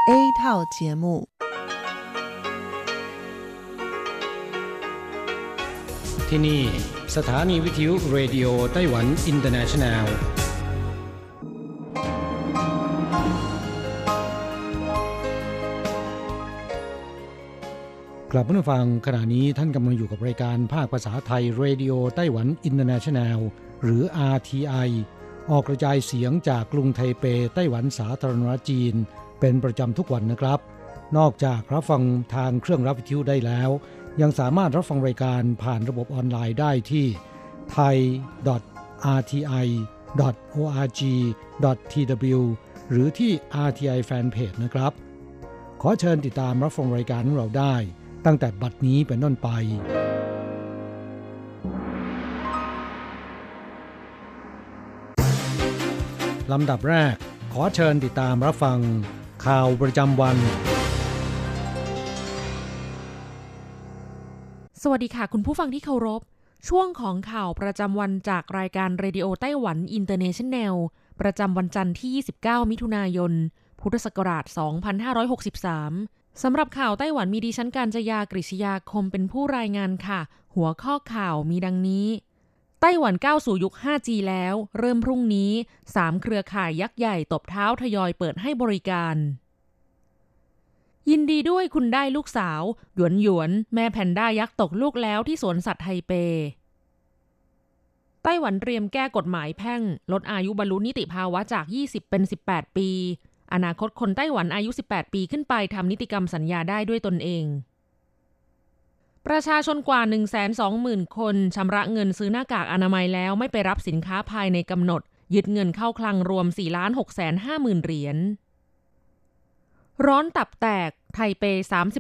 A 套节目ที่นี่สถานีวิทยุเรดิโอไต้หวันอินเตอร์เนชั่นแนลกลับมาฟังขณะนี้ท่านกำลังอยู่กับรายการภาคภาษาไทยเรดิโอไต้หวันอินเตอร์เนชั่นแนลหรือ RTI ออกกระจายเสียงจากกรุงไทเปไต้หวันสาธารณรัฐจีนเป็นประจำทุกวันนะครับนอกจากรับฟังทางเครื่องรับวิทยุได้แล้วยังสามารถรับฟังรายการผ่านระบบออนไลน์ได้ที่ thai.rti.org.tw หรือที่ RTI Fanpage นะครับขอเชิญติดตามรับฟังรายการของเราได้ตั้งแต่บัดนี้เป็นต้นไปลำดับแรกขอเชิญติดตามรับฟังข่าวประจำวันสวัสดีค่ะคุณผู้ฟังที่เคารพช่วงของข่าวประจำวันจากรายการเรดิโอไต้หวันอินเตอร์เนชั่นแนลประจำวันจันทร์ที่29มิถุนายนพุทธศักราช2563สำหรับข่าวไต้หวันมีดิฉันกาญจยากฤษยาคมเป็นผู้รายงานค่ะหัวข้อข่าวมีดังนี้ไต้หวันก้าวสู่ยุค 5G แล้วเริ่มพรุ่งนี้3เครือข่ายยักษ์ใหญ่ตบเท้าทยอยเปิดให้บริการยินดีด้วยคุณได้ลูกสาวหยวนหยวนแม่แพนด้ายักษ์ตกลูกแล้วที่สวนสัตว์ไทเปไต้หวันเตรียมแก้กฎหมายแพ่งลดอายุบรรลุนิติภาวะจาก20เป็น18ปีอนาคตคนไต้หวันอายุ18ปีขึ้นไปทำนิติกรรมสัญญาได้ด้วยตนเองประชาชนกว่า 120,000 คนชำระเงินซื้อหน้ากากอนามัยแล้วไม่ไปรับสินค้าภายในกำหนดยึดเงินเข้าคลังรวม 4,650,000 เหรียญร้อนตับแตกไทเป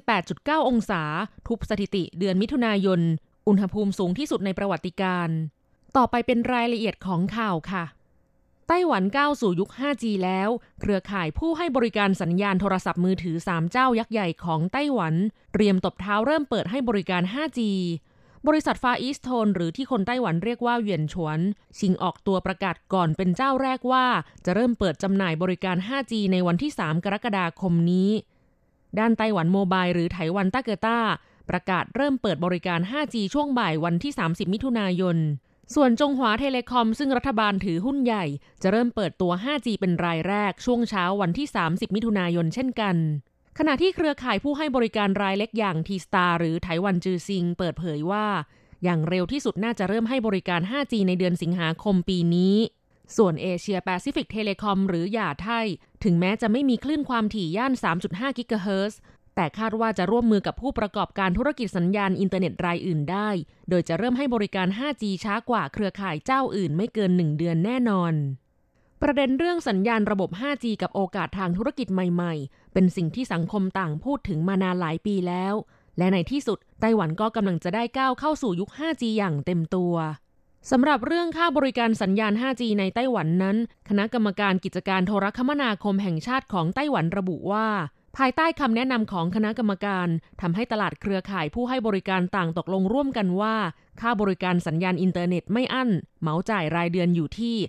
38.9 องศาทุบสถิติเดือนมิถุนายนอุณหภูมิสูงที่สุดในประวัติการณ์ต่อไปเป็นรายละเอียดของข่าวค่ะไต้หวันก้าวสู่ยุค 5G แล้วเครือข่ายผู้ให้บริการสัญญาณโทรศัพท์มือถือ3เจ้ายักษ์ใหญ่ของไต้หวันเตรียมตบเท้าเริ่มเปิดให้บริการ 5G บริษัท Far East Tone หรือที่คนไต้หวันเรียกว่าเหวียนฉวนชิงออกตัวประกาศก่อนเป็นเจ้าแรกว่าจะเริ่มเปิดจำหน่ายบริการ 5G ในวันที่3กรกฎาคมนี้ด้านไต้หวันโมบายหรือไต้หวันต้าเกต้าประกาศเริ่มเปิดบริการ 5G ช่วงบ่ายวันที่30มิถุนายนส่วนจงหวาเทเลคอมซึ่งรัฐบาลถือหุ้นใหญ่จะเริ่มเปิดตัว 5G เป็นรายแรกช่วงเช้าวันที่30มิถุนายนเช่นกันขณะที่เครือข่ายผู้ให้บริการรายเล็กอย่าง T-Star หรือไต้หวันจือซิงเปิดเผยว่าอย่างเร็วที่สุดน่าจะเริ่มให้บริการ 5G ในเดือนสิงหาคมปีนี้ส่วนเอเชียแปซิฟิกเทเลคอมหรือหย่าไทยถึงแม้จะไม่มีคลื่นความถี่ย่าน 3.5 กิกะเฮิรตซ์แต่คาดว่าจะร่วมมือกับผู้ประกอบการธุรกิจสัญญาณอินเทอร์เน็ตรายอื่นได้โดยจะเริ่มให้บริการ 5G ช้ากว่าเครือข่ายเจ้าอื่นไม่เกิน1เดือนแน่นอนประเด็นเรื่องสัญญาณระบบ 5G กับโอกาสทางธุรกิจใหม่ๆเป็นสิ่งที่สังคมต่างพูดถึงมานานหลายปีแล้วและในที่สุดไต้หวันก็กำลังจะได้ก้าวเข้าสู่ยุค 5G อย่างเต็มตัวสำหรับเรื่องค่าบริการสัญญาณ 5G ในไต้หวันนั้นคณะกรรมการกิจการโทรคมนาคมแห่งชาติของไต้หวันระบุว่าภายใต้คำแนะนำของคณะกรรมการทำให้ตลาดเครือข่ายผู้ให้บริการต่างตกลงร่วมกันว่าค่าบริการสัญญาณอินเทอร์เน็ตไม่อั้นเหมาจ่ายรายเดือนอยู่ที่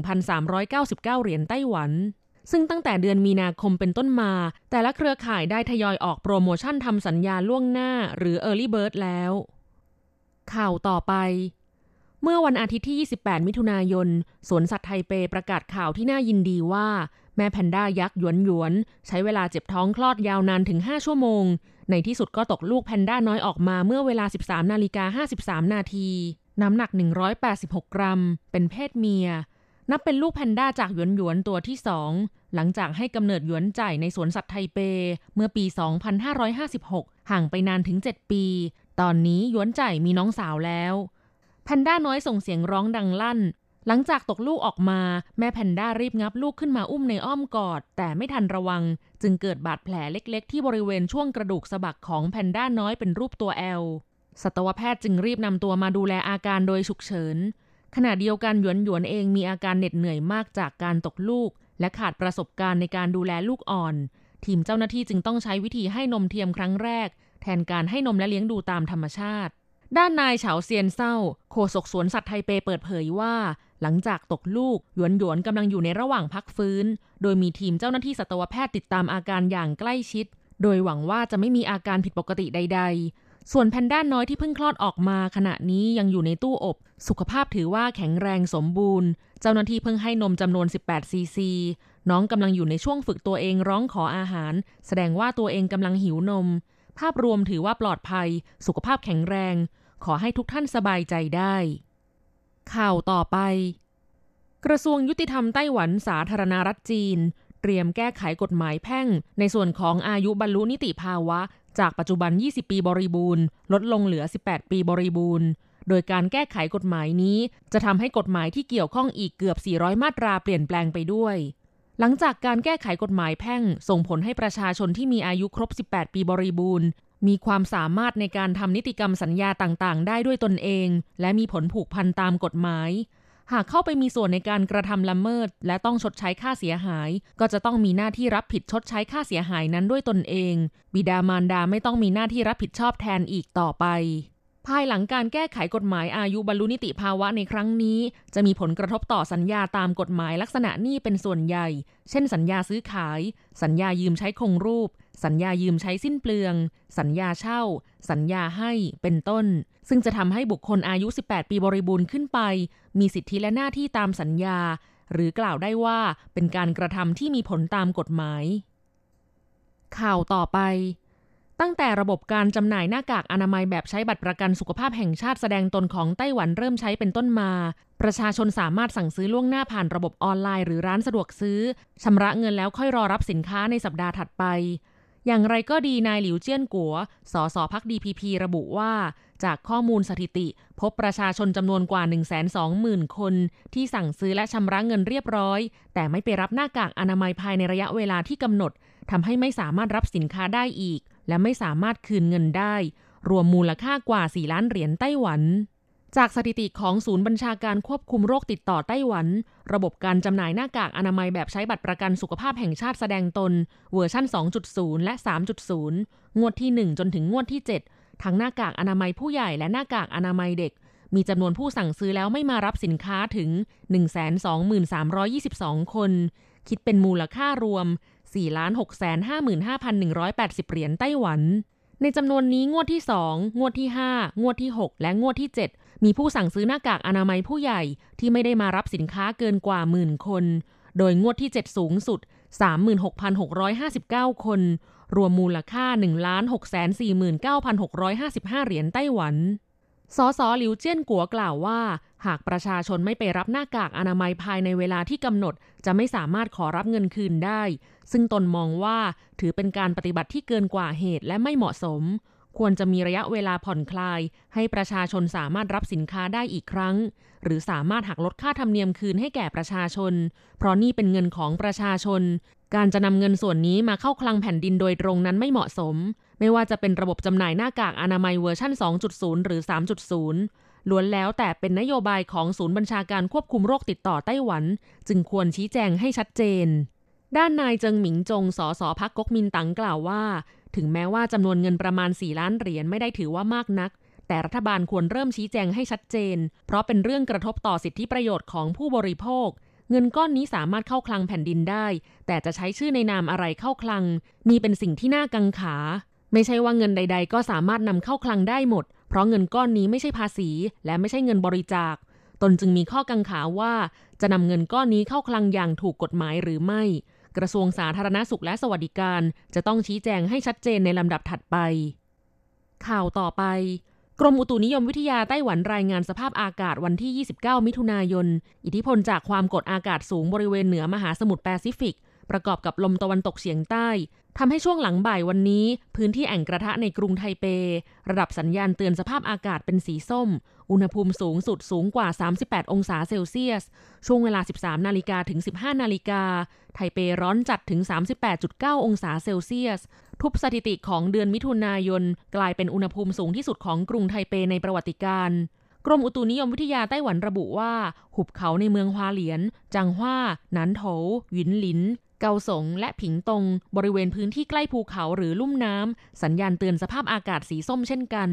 1,399 เหรียญไต้หวันซึ่งตั้งแต่เดือนมีนาคมเป็นต้นมาแต่ละเครือข่ายได้ทยอยออกโปรโมชั่นทำสัญญาล่วงหน้าหรือ Early Bird แล้วข่าวต่อไปเมื่อวันอาทิตย์ที่28มิถุนายนสวนสัตว์ไทเปประกาศข่าวที่น่ายินดีว่าแม่แพนด้ายักษ์หยวนหยวนใช้เวลาเจ็บท้องคลอดยาวนานถึง5ชั่วโมงในที่สุดก็ตกลูกแพนด้าน้อยออกมาเมื่อเวลา 13:53 นาทีน้ำหนัก186กรัมเป็นเพศเมียนับเป็นลูกแพนด้าจากหยวนหยวนตัวที่2หลังจากให้กำเนิดหยวนใจในสวนสัตว์ไทเปเมื่อปี 2556 ห่างไปนานถึง7ปีตอนนี้หยวนใจมีน้องสาวแล้วแพนด้าน้อยส่งเสียงร้องดังลั่นหลังจากตกลูกออกมาแม่แพนด้ารีบงับลูกขึ้นมาอุ้มในอ้อมกอดแต่ไม่ทันระวังจึงเกิดบาดแผลเล็กๆที่บริเวณช่วงกระดูกสะบักของแพนด้าน้อยเป็นรูปตัว L สัตวแพทย์จึงรีบนำตัวมาดูแลอาการโดยฉุกเฉินขณะเดียวกันหยวนหยวนเองมีอาการเหน็ดเหนื่อยมากจากการตกลูกและขาดประสบการณ์ในการดูแลลูกอ่อนทีมเจ้าหน้าที่จึงต้องใช้วิธีให้นมเทียมครั้งแรกแทนการให้นมและเลี้ยงดูตามธรรมชาติด้านนายเฉาเซียนเซ่าโฆษกสวนสัตว์ไทเปเปิดเผยว่าหลังจากตกลูกหยวนกำลังอยู่ในระหว่างพักฟื้นโดยมีทีมเจ้าหน้าที่สัตวแพทย์ติดตามอาการอย่างใกล้ชิดโดยหวังว่าจะไม่มีอาการผิดปกติใดๆส่วนแพนด้าน้อยที่เพิ่งคลอดออกมาขณะนี้ยังอยู่ในตู้อบสุขภาพถือว่าแข็งแรงสมบูรณ์เจ้าหน้าที่เพิ่งให้นมจำนวน18ซีซีน้องกำลังอยู่ในช่วงฝึกตัวเองร้องขออาหารแสดงว่าตัวเองกำลังหิวนมภาพรวมถือว่าปลอดภัยสุขภาพแข็งแรงขอให้ทุกท่านสบายใจได้ข่าวต่อไปกระทรวงยุติธรรมไต้หวันสาธารณรัฐจีนเตรียมแก้ไขกฎหมายแพ่งในส่วนของอายุบรรลุนิติภาวะจากปัจจุบัน20ปีบริบูรณ์ลดลงเหลือ18ปีบริบูรณ์โดยการแก้ไขกฎหมายนี้จะทำให้กฎหมายที่เกี่ยวข้องอีกเกือบ400มาตราเปลี่ยนแปลงไปด้วยหลังจากการแก้ไขกฎหมายแพ่งส่งผลให้ประชาชนที่มีอายุครบ18ปีบริบูรณ์มีความสามารถในการทำนิติกรรมสัญญาต่างๆได้ด้วยตนเองและมีผลผูกพันตามกฎหมายหากเข้าไปมีส่วนในการกระทำละเมิดและต้องชดใช้ค่าเสียหายก็จะต้องมีหน้าที่รับผิดชดใช้ค่าเสียหายนั้นด้วยตนเองบิดามารดาไม่ต้องมีหน้าที่รับผิดชอบแทนอีกต่อไปภายหลังการแก้ไขกฎหมายอายุบรรลุนิติภาวะในครั้งนี้จะมีผลกระทบต่อสัญญาตามกฎหมายลักษณะนี้เป็นส่วนใหญ่เช่นสัญญาซื้อขายสัญญายืมใช้คงรูปสัญญายืมใช้สิ้นเปลืองสัญญาเช่าสัญญาให้เป็นต้นซึ่งจะทำให้บุคคลอายุ18ปีบริบูรณ์ขึ้นไปมีสิทธิและหน้าที่ตามสัญญาหรือกล่าวได้ว่าเป็นการกระทำที่มีผลตามกฎหมายข่าวต่อไปตั้งแต่ระบบการจำหน่ายหน้ากากอนามัยแบบใช้บัตรประกันสุขภาพแห่งชาติแสดงตนของไต้หวันเริ่มใช้เป็นต้นมาประชาชนสามารถสั่งซื้อล่วงหน้าผ่านระบบออนไลน์หรือร้านสะดวกซื้อชำระเงินแล้วค่อยรอรับสินค้าในสัปดาห์ถัดไปอย่างไรก็ดีนายหลิวเจี้ยนกัวสสพรรค DPP ระบุว่าจากข้อมูลสถิติพบประชาชนจำนวนกว่า 120,000 คนที่สั่งซื้อและชำระเงินเรียบร้อยแต่ไม่ไปรับหน้ากากอนามัยภายในระยะเวลาที่กำหนดทำให้ไม่สามารถรับสินค้าได้อีกและไม่สามารถคืนเงินได้รวมมูลค่ากว่า4ล้านเหรียญไต้หวันจากสถิติของศูนย์บัญชาการควบคุมโรคติดต่อไต้หวันระบบการจำหน่ายหน้ากากอนามัยแบบใช้บัตรประกันสุขภาพแห่งชาติแสดงตนเวอร์ชั่น 2.0 และ 3.0 งวดที่1จนถึงงวดที่7ทั้งหน้ากากอนามัยผู้ใหญ่และหน้ากากอนามัยเด็กมีจำนวนผู้สั่งซื้อแล้วไม่มารับสินค้าถึง 123,322 คนคิดเป็นมูลค่ารวม 4,655,180 เหรียญไต้หวันในจำนวนนี้งวดที่2งวดที่5งวดที่6และงวดที่7มีผู้สั่งซื้อหน้ากากอนามัยผู้ใหญ่ที่ไม่ได้มารับสินค้าเกินกว่า 10,000 คนโดยงวดที่7สูงสุด 36,659 คนรวมมูลค่า 1,649,655 เหรียญไต้หวันสสหลิวเจี้ยนกัวกล่าวว่าหากประชาชนไม่ไปรับหน้ากากอนามัยภายในเวลาที่กำหนดจะไม่สามารถขอรับเงินคืนได้ซึ่งตนมองว่าถือเป็นการปฏิบัติที่เกินกว่าเหตุและไม่เหมาะสมควรจะมีระยะเวลาผ่อนคลายให้ประชาชนสามารถรับสินค้าได้อีกครั้งหรือสามารถหักลดค่าธรรมเนียมคืนให้แก่ประชาชนเพราะนี่เป็นเงินของประชาชนการจะนำเงินส่วนนี้มาเข้าคลังแผ่นดินโดยตรงนั้นไม่เหมาะสมไม่ว่าจะเป็นระบบจำหน่ายหน้ากากอนามัยเวอร์ชัน 2.0 หรือ 3.0 ล้วนแล้วแต่เป็นนโยบายของศูนย์บัญชาการควบคุมโรคติดต่อไต้หวันจึงควรชี้แจงให้ชัดเจนด้านนายเจิงหมิงจงสสพรรคก๊กมินตั๋งกล่าวว่าถึงแม้ว่าจำนวนเงินประมาณ4ล้านเหรียญไม่ได้ถือว่ามากนักแต่รัฐบาลควรเริ่มชี้แจงให้ชัดเจนเพราะเป็นเรื่องกระทบต่อสิทธิประโยชน์ของผู้บริโภคเงินก้อนนี้สามารถเข้าคลังแผ่นดินได้แต่จะใช้ชื่อในนามอะไรเข้าคลังนี่เป็นสิ่งที่น่ากังขาไม่ใช่ว่าเงินใดๆก็สามารถนำเข้าคลังได้หมดเพราะเงินก้อนนี้ไม่ใช่ภาษีและไม่ใช่เงินบริจาคตนจึงมีข้อกังขาว่าจะนำเงินก้อนนี้เข้าคลังอย่างถูกกฎหมายหรือไม่กระทรวงสาธารณสุขและสวัสดิการจะต้องชี้แจงให้ชัดเจนในลำดับถัดไปข่าวต่อไปกรมอุตุนิยมวิทยาไต้หวันรายงานสภาพอากาศวันที่29มิถุนายนอิทธิพลจากความกดอากาศสูงบริเวณเหนือมหาสมุทรแปซิฟิกประกอบกับลมตะวันตกเฉียงใต้ทำให้ช่วงหลังบ่ายวันนี้พื้นที่แอ่งกระทะในกรุงไทเประดับสัญญาณเตือนสภาพอากาศเป็นสีส้มอุณหภูมิสูงสุดสูงกว่า38องศาเซลเซียสช่วงเวลา 13 นาฬิกาถึง 15 นาฬิกาไทเปร้อนจัดถึง 38.9 องศาเซลเซียสทุบสถิติของเดือนมิถุนายนกลายเป็นอุณหภูมิสูงที่สุดของกรุงไทเปในประวัติการณ์กรมอุตุนิยมวิทยาไต้หวันระบุว่าหุบเขาในเมืองฮวาเหลียนจังหว้าหนานโถหยินหลินเกาสงและผิงตงบริเวณพื้นที่ใกล้ภูเขาหรือลุ่มน้ำสัญญาณเตือนสภาพอากาศสีส้มเช่นกัน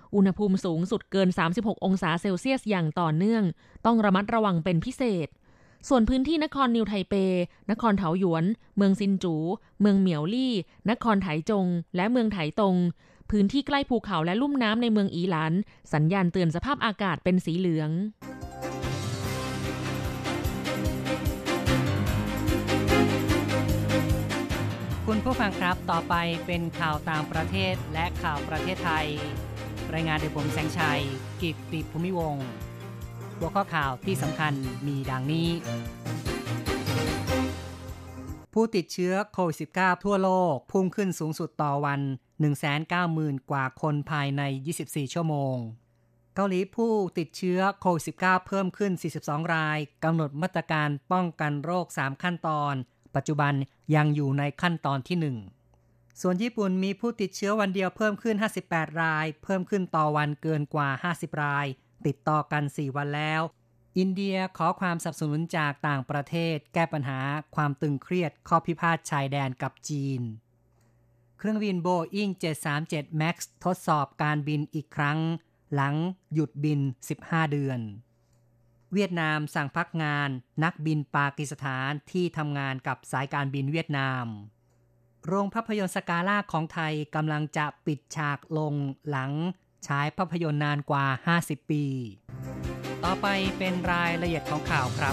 อุณหภูมิสูงสุดเกิน36องศาเซลเซียสอย่างต่อเนื่องต้องระมัดระวังเป็นพิเศษส่วนพื้นที่นครนิวไทเปนครเถาหยวนเมืองซินจูเมืองเหมียวลี่นครไถจงและเมืองไถตงพื้นที่ใกล้ภูเขาและลุ่มน้ำในเมืองอีหลานสัญญาณเตือนสภาพอากาศเป็นสีเหลืองคุณผู้ฟังครับต่อไปเป็นข่าวต่างประเทศและข่าวประเทศไทยรายงานโดยผมแสงชัยกิตติภูมิวงศ์หัวข้อข่าวที่สำคัญมีดังนี้ผู้ติดเชื้อโควิด -19 ทั่วโลกพุ่งขึ้นสูงสุดต่อวัน 190,000 กว่าคนภายใน24ชั่วโมงเกาหลีผู้ติดเชื้อโควิด -19 เพิ่มขึ้น42รายกำหนดมาตรการป้องกันโรค3ขั้นตอนปัจจุบันยังอยู่ในขั้นตอนที่1ส่วนญี่ปุ่นมีผู้ติดเชื้อวันเดียวเพิ่มขึ้น58รายเพิ่มขึ้นต่อวันเกินกว่า50รายติดต่อกัน4วันแล้วอินเดียขอความสนับสนุนจากต่างประเทศแก้ปัญหาความตึงเครียดข้อพิพาทชายแดนกับจีนเครื่องบิน Boeing 737 MAX ทดสอบการบินอีกครั้งหลังหยุดบิน15เดือนเวียดนามสั่งพักงานนักบินปากีสถานที่ทำงานกับสายการบินเวียดนามโรงภาพยนตร์สกาล่าของไทยกำลังจะปิดฉากลงหลังฉายภาพยนตร์นานกว่า50ปีต่อไปเป็นรายละเอียดของข่าวครับ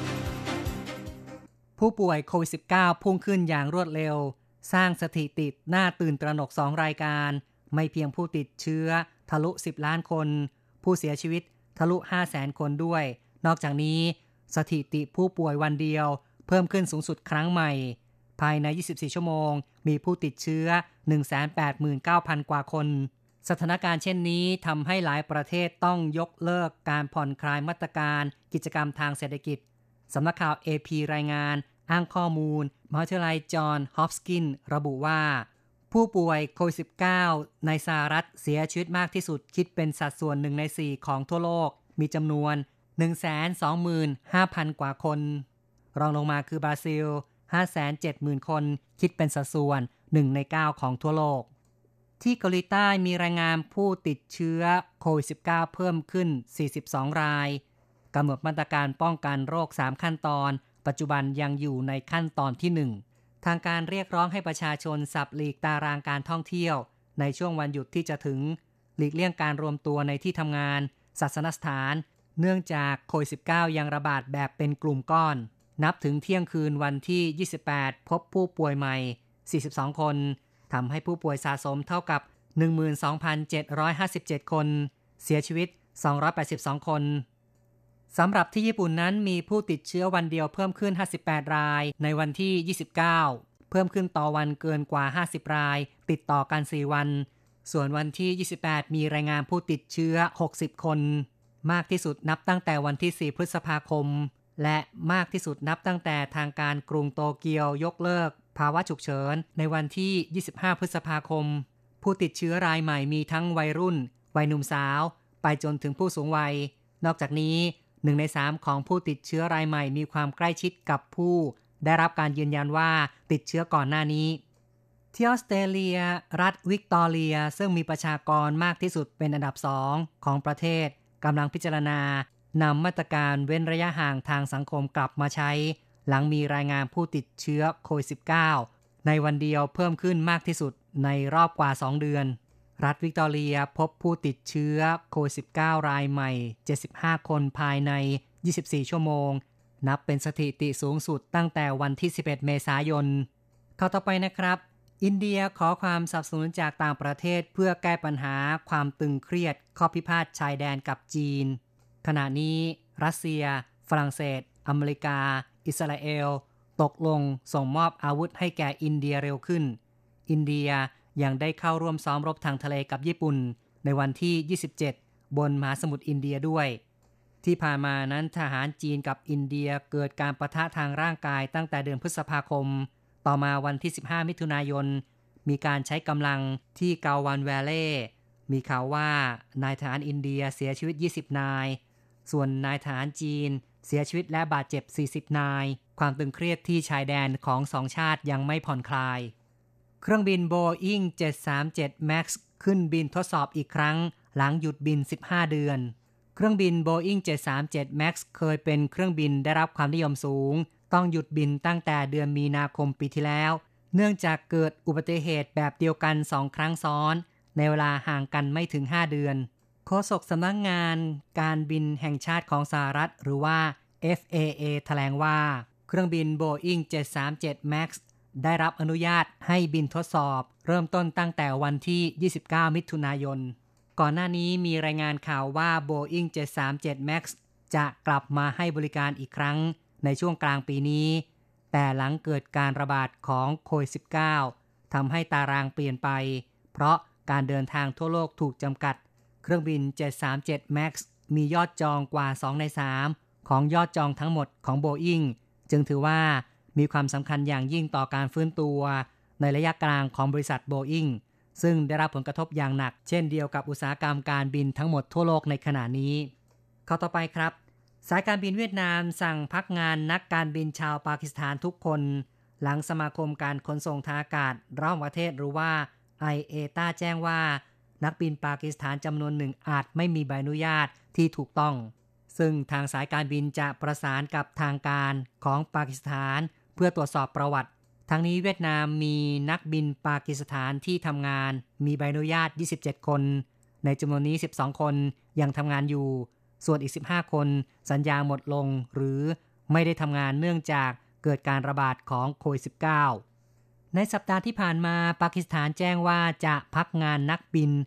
ผู้ป่วยโควิด -19 พุ่งขึ้นอย่างรวดเร็วสร้างสถิติน่าตื่นตระหนก2รายการไม่เพียงผู้ติดเชื้อทะลุ10ล้านคนผู้เสียชีวิตทะลุ 500,000 คนด้วยนอกจากนี้สถิติผู้ป่วยวันเดียวเพิ่มขึ้นสูงสุดครั้งใหม่ภายใน24ชั่วโมงมีผู้ติดเชื้อ 189,000 กว่าคนสถานการณ์เช่นนี้ทำให้หลายประเทศต้องยกเลิกการผ่อนคลายมาตรการกิจกรรมทางเศรษฐกิจสำนักข่าว AP รายงานอ้างข้อมูลมหาวิทยาลัยจอห์นฮอปกินส์ระบุว่าผู้ป่วยโควิด -19 ในสหรัฐเสียชีวิตมากที่สุดคิดเป็นสัดส่วน1ใน4ของทั่วโลกมีจำนวน 125,000 กว่าคนรองลงมาคือบราซิล 570,000 คนคิดเป็นสัดส่วน1ใน9ของทั่วโลกที่เกาหลีใต้มีรายงานผู้ติดเชื้อโควิด -19 เพิ่มขึ้น42รายกำหนดมาตรการป้องกันโรค3ขั้นตอนปัจจุบันยังอยู่ในขั้นตอนที่1ทางการเรียกร้องให้ประชาชนสับหลีกตารางการท่องเที่ยวในช่วงวันหยุดที่จะถึงหลีกเลี่ยงการรวมตัวในที่ทำงานศาสนสถานเนื่องจากโควิด -19 ยังระบาดแบบเป็นกลุ่มก้อนนับถึงเที่ยงคืนวันที่28พบผู้ป่วยใหม่42คนทำให้ผู้ป่วยสะสมเท่ากับ 12,757 คนเสียชีวิต282คนสำหรับที่ญี่ปุ่นนั้นมีผู้ติดเชื้อวันเดียวเพิ่มขึ้น58รายในวันที่29เพิ่มขึ้นต่อวันเกินกว่า50รายติดต่อกัน4วันส่วนวันที่28มีรายงานผู้ติดเชื้อ60คนมากที่สุดนับตั้งแต่วันที่4พฤษภาคมและมากที่สุดนับตั้งแต่ทางการกรุงโตเกียวยกเลิกภาวะฉุกเฉินในวันที่25พฤษภาคมผู้ติดเชื้อรายใหม่มีทั้งวัยรุ่นวัยหนุ่มสาวไปจนถึงผู้สูงวัยนอกจากนี้1ใน3ของผู้ติดเชื้อรายใหม่มีความใกล้ชิดกับผู้ได้รับการยืนยันว่าติดเชื้อก่อนหน้านี้ที่ออสเตรเลียรัฐวิกตอเรียซึ่งมีประชากรมากที่สุดเป็นอันดับ2ของประเทศกำลังพิจารณานำมาตรการเว้นระยะห่างทางสังคมกลับมาใช้หลังมีรายงานผู้ติดเชื้อโควิด -19 ในวันเดียวเพิ่มขึ้นมากที่สุดในรอบกว่า2เดือนรัฐวิกตอเรียพบผู้ติดเชื้อโควิด -19 รายใหม่75คนภายใน24ชั่วโมงนับเป็นสถิติสูงสุดตั้งแต่วันที่11เมษายนข่าวต่อไปนะครับอินเดียขอความสนับสนุนจากต่างประเทศเพื่อแก้ปัญหาความตึงเครียดข้อพิพาทชายแดนกับจีนขณะนี้รัสเซียฝรั่งเศสอเมริกาอิสราเอลตกลงส่งมอบอาวุธให้แก่อินเดียเร็วขึ้นอินเดียยังได้เข้าร่วมซ้อมรบทางทะเลกับญี่ปุ่นในวันที่27บนมหาสมุทรอินเดียด้วยที่ผ่านมานั้นทหารจีนกับอินเดียเกิดการปะทะทางร่างกายตั้งแต่เดือนพฤษภาคมต่อมาวันที่15มิถุนายนมีการใช้กำลังที่เกาวันแวลเล่มีข่าวว่านายทหารอินเดียเสียชีวิต20นายส่วนนายทหารจีนเสียชีวิตและบาดเจ็บ40นายความตึงเครียดที่ชายแดนของสองชาติยังไม่ผ่อนคลายเครื่องบิน Boeing 737 MAX ขึ้นบินทดสอบอีกครั้งหลังหยุดบิน15เดือนเครื่องบิน Boeing 737 MAX เคยเป็นเครื่องบินได้รับความนิยมสูงต้องหยุดบินตั้งแต่เดือนมีนาคมปีที่แล้วเนื่องจากเกิดอุบัติเหตุแบบเดียวกัน2ครั้งซ้อนในเวลาห่างกันไม่ถึง5เดือนโฆษกสำนักงานการบินแห่งชาติของสหรัฐหรือว่า FAA แถลงว่าเครื่องบิน Boeing 737 MAX ได้รับอนุญาตให้บินทดสอบเริ่มต้นตั้งแต่วันที่29มิถุนายนก่อนหน้านี้มีรายงานข่าวว่า Boeing 737 MAX จะกลับมาให้บริการอีกครั้งในช่วงกลางปีนี้แต่หลังเกิดการระบาดของโควิด -19 ทำให้ตารางเปลี่ยนไปเพราะการเดินทางทั่วโลกถูกจำกัดเครื่องบิน 737 MAX มียอดจองกว่า2ใน3ของยอดจองทั้งหมดของ Boeing จึงถือว่ามีความสำคัญอย่างยิ่งต่อการฟื้นตัวในระยะกลางของบริษัท Boeing ซึ่งได้รับผลกระทบอย่างหนักเช่นเดียวกับอุตสาหกรรมการบินทั้งหมดทั่วโลกในขณะนี้ข้อต่อไปครับสายการบินเวียดนามสั่งพักงานนักการบินชาวปากีสถานทุกคนหลังสมาคมการขนส่งทางอากาศระหว่างประเทศหรือว่า IATA แจ้งว่านักบินปากีสถานจำนวนหนึ่งอาจไม่มีใบอนุญาตที่ถูกต้องซึ่งทางสายการบินจะประสานกับทางการของปากีสถานเพื่อตรวจสอบประวัติทั้งนี้เวียดนามมีนักบินปากีสถานที่ทำงานมีใบอนุญาต27คนในจำนวนนี้12คนยังทำงานอยู่ส่วนอีก15คนสัญญาหมดลงหรือไม่ได้ทำงานเนื่องจากเกิดการระบาดของโควิด -19 ในสัปดาห์ที่ผ่านมาปากีสถานแจ้งว่าจะพักงานนักบิน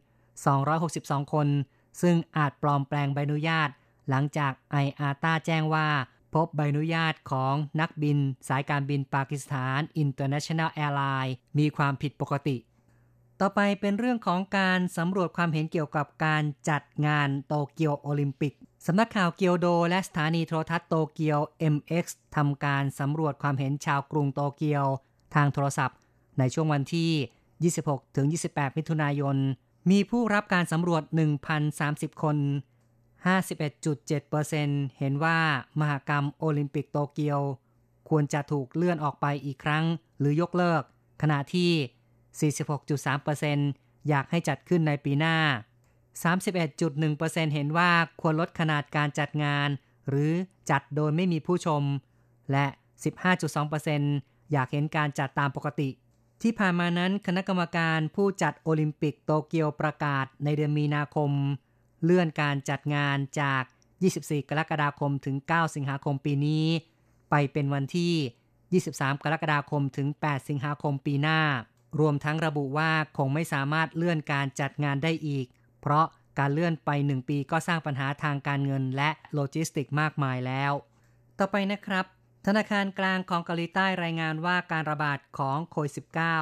262คนซึ่งอาจปลอมแปลงใบอนุญาตหลังจาก IATA แจ้งว่าพบใบอนุญาตของนักบินสายการบินปากีสถาน International Airlines มีความผิดปกติต่อไปเป็นเรื่องของการสำรวจความเห็นเกี่ยวกับการจัดงานโตเกียวโอลิมปิกสำนักข่าวเกียวโดและสถานีโทรทัศน์โตเกียว MX ทำการสำรวจความเห็นชาวกรุงโตเกียวทางโทรศัพท์ในช่วงวันที่ 26-28 มิถุนายนมีผู้รับการสำรวจ 1,030 คน 51.7% เห็นว่ามหกรรมโอลิมปิกโตเกียวควรจะถูกเลื่อนออกไปอีกครั้งหรือยกเลิกขณะที่ 46.3% อยากให้จัดขึ้นในปีหน้า 31.1% เห็นว่าควรลดขนาดการจัดงานหรือจัดโดยไม่มีผู้ชมและ 15.2% อยากเห็นการจัดตามปกติที่ผ่านมานั้นคณะกรรมการผู้จัดโอลิมปิกโตเกียวประกาศในเดือนมีนาคมเลื่อนการจัดงานจาก 24 กรกฎาคมถึง 9 สิงหาคมปีนี้ไปเป็นวันที่ 23 กรกฎาคมถึง 8 สิงหาคมปีหน้ารวมทั้งระบุว่าคงไม่สามารถเลื่อนการจัดงานได้อีกเพราะการเลื่อนไป1ปีก็สร้างปัญหาทางการเงินและโลจิสติกมากมายแล้วต่อไปนะครับธนาคารกลางของเกาหลีใต้รายงานว่าการระบาดของโควิด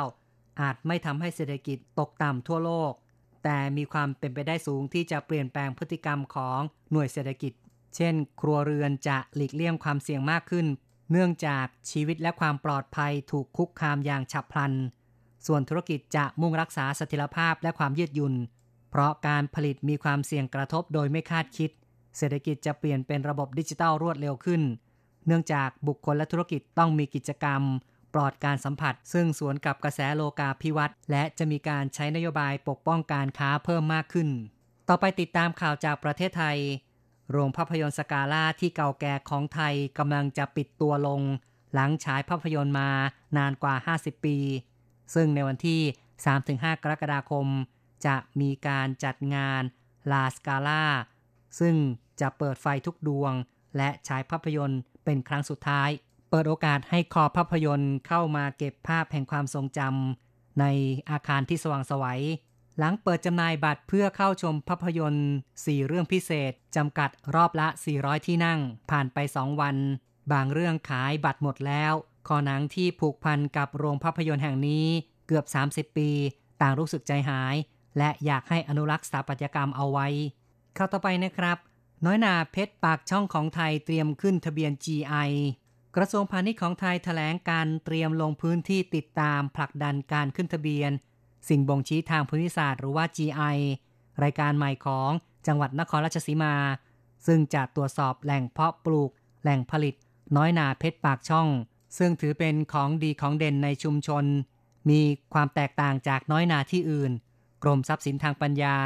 -19 อาจไม่ทำให้เศรษฐกิจตกต่ำทั่วโลกแต่มีความเป็นไปได้สูงที่จะเปลี่ยนแปลงพฤติกรรมของหน่วยเศรษฐกิจเช่นครัวเรือนจะหลีกเลี่ยงความเสี่ยงมากขึ้นเนื่องจากชีวิตและความปลอดภัยถูกคุกคามอย่างฉับพลันส่วนธุรกิจจะมุ่งรักษาเสถียรภาพและความยืดหยุ่นเพราะการผลิตมีความเสี่ยงกระทบโดยไม่คาดคิดเศรษฐกิจจะเปลี่ยนเป็นระบบดิจิทัลรวดเร็วขึ้นเนื่องจากบุคคลและธุรกิจต้องมีกิจกรรมปลอดการสัมผัสซึ่งสวนกับกระแสโลกาภิวัตน์และจะมีการใช้นโยบายปกป้องการค้าเพิ่มมากขึ้นต่อไปติดตามข่าวจากประเทศไทยโรงภาพยนตร์สกาล่าที่เก่าแก่ของไทยกำลังจะปิดตัวลงหลังฉายภาพยนตร์มานานกว่า50ปีซึ่งในวันที่ 3-5 กรกฎาคมจะมีการจัดงานลาสกาล่าซึ่งจะเปิดไฟทุกดวงและฉายภาพยนตร์เป็นครั้งสุดท้ายเปิดโอกาสให้คอภาพยนตร์เข้ามาเก็บภาพแห่งความทรงจำในอาคารที่สว่างไสวหลังเปิดจำหน่ายบัตรเพื่อเข้าชมภาพยนตร์4เรื่องพิเศษจำกัดรอบละ400ที่นั่งผ่านไป2วันบางเรื่องขายบัตรหมดแล้วคอหนังที่ผูกพันกับโรงภาพยนตร์แห่งนี้เกือบ30ปีต่างรู้สึกใจหายและอยากให้อนุรักษ์สถาปัตยกรรมเอาไว้เข้าต่อไปนะครับน้อยนาเพชรปากช่องของไทยเตรียมขึ้นทะเบียน GI กระทรวงพาณิชย์ของไทยแถลงการเตรียมลงพื้นที่ติดตามผลักดันการขึ้นทะเบียนสิ่งบ่งชี้ทางภูมิศาสตร์หรือว่า GI รายการใหม่ของจังหวัดนครราชสีมาซึ่งจะตรวจสอบแหล่งเพาะปลูกแหล่งผลิตน้อยนาเพชรปากช่องซึ่งถือเป็นของดีของเด่นในชุมชนมีความแตกต่างจากน้อยนาที่อื่นกรมทรัพย์สินทางปัญญา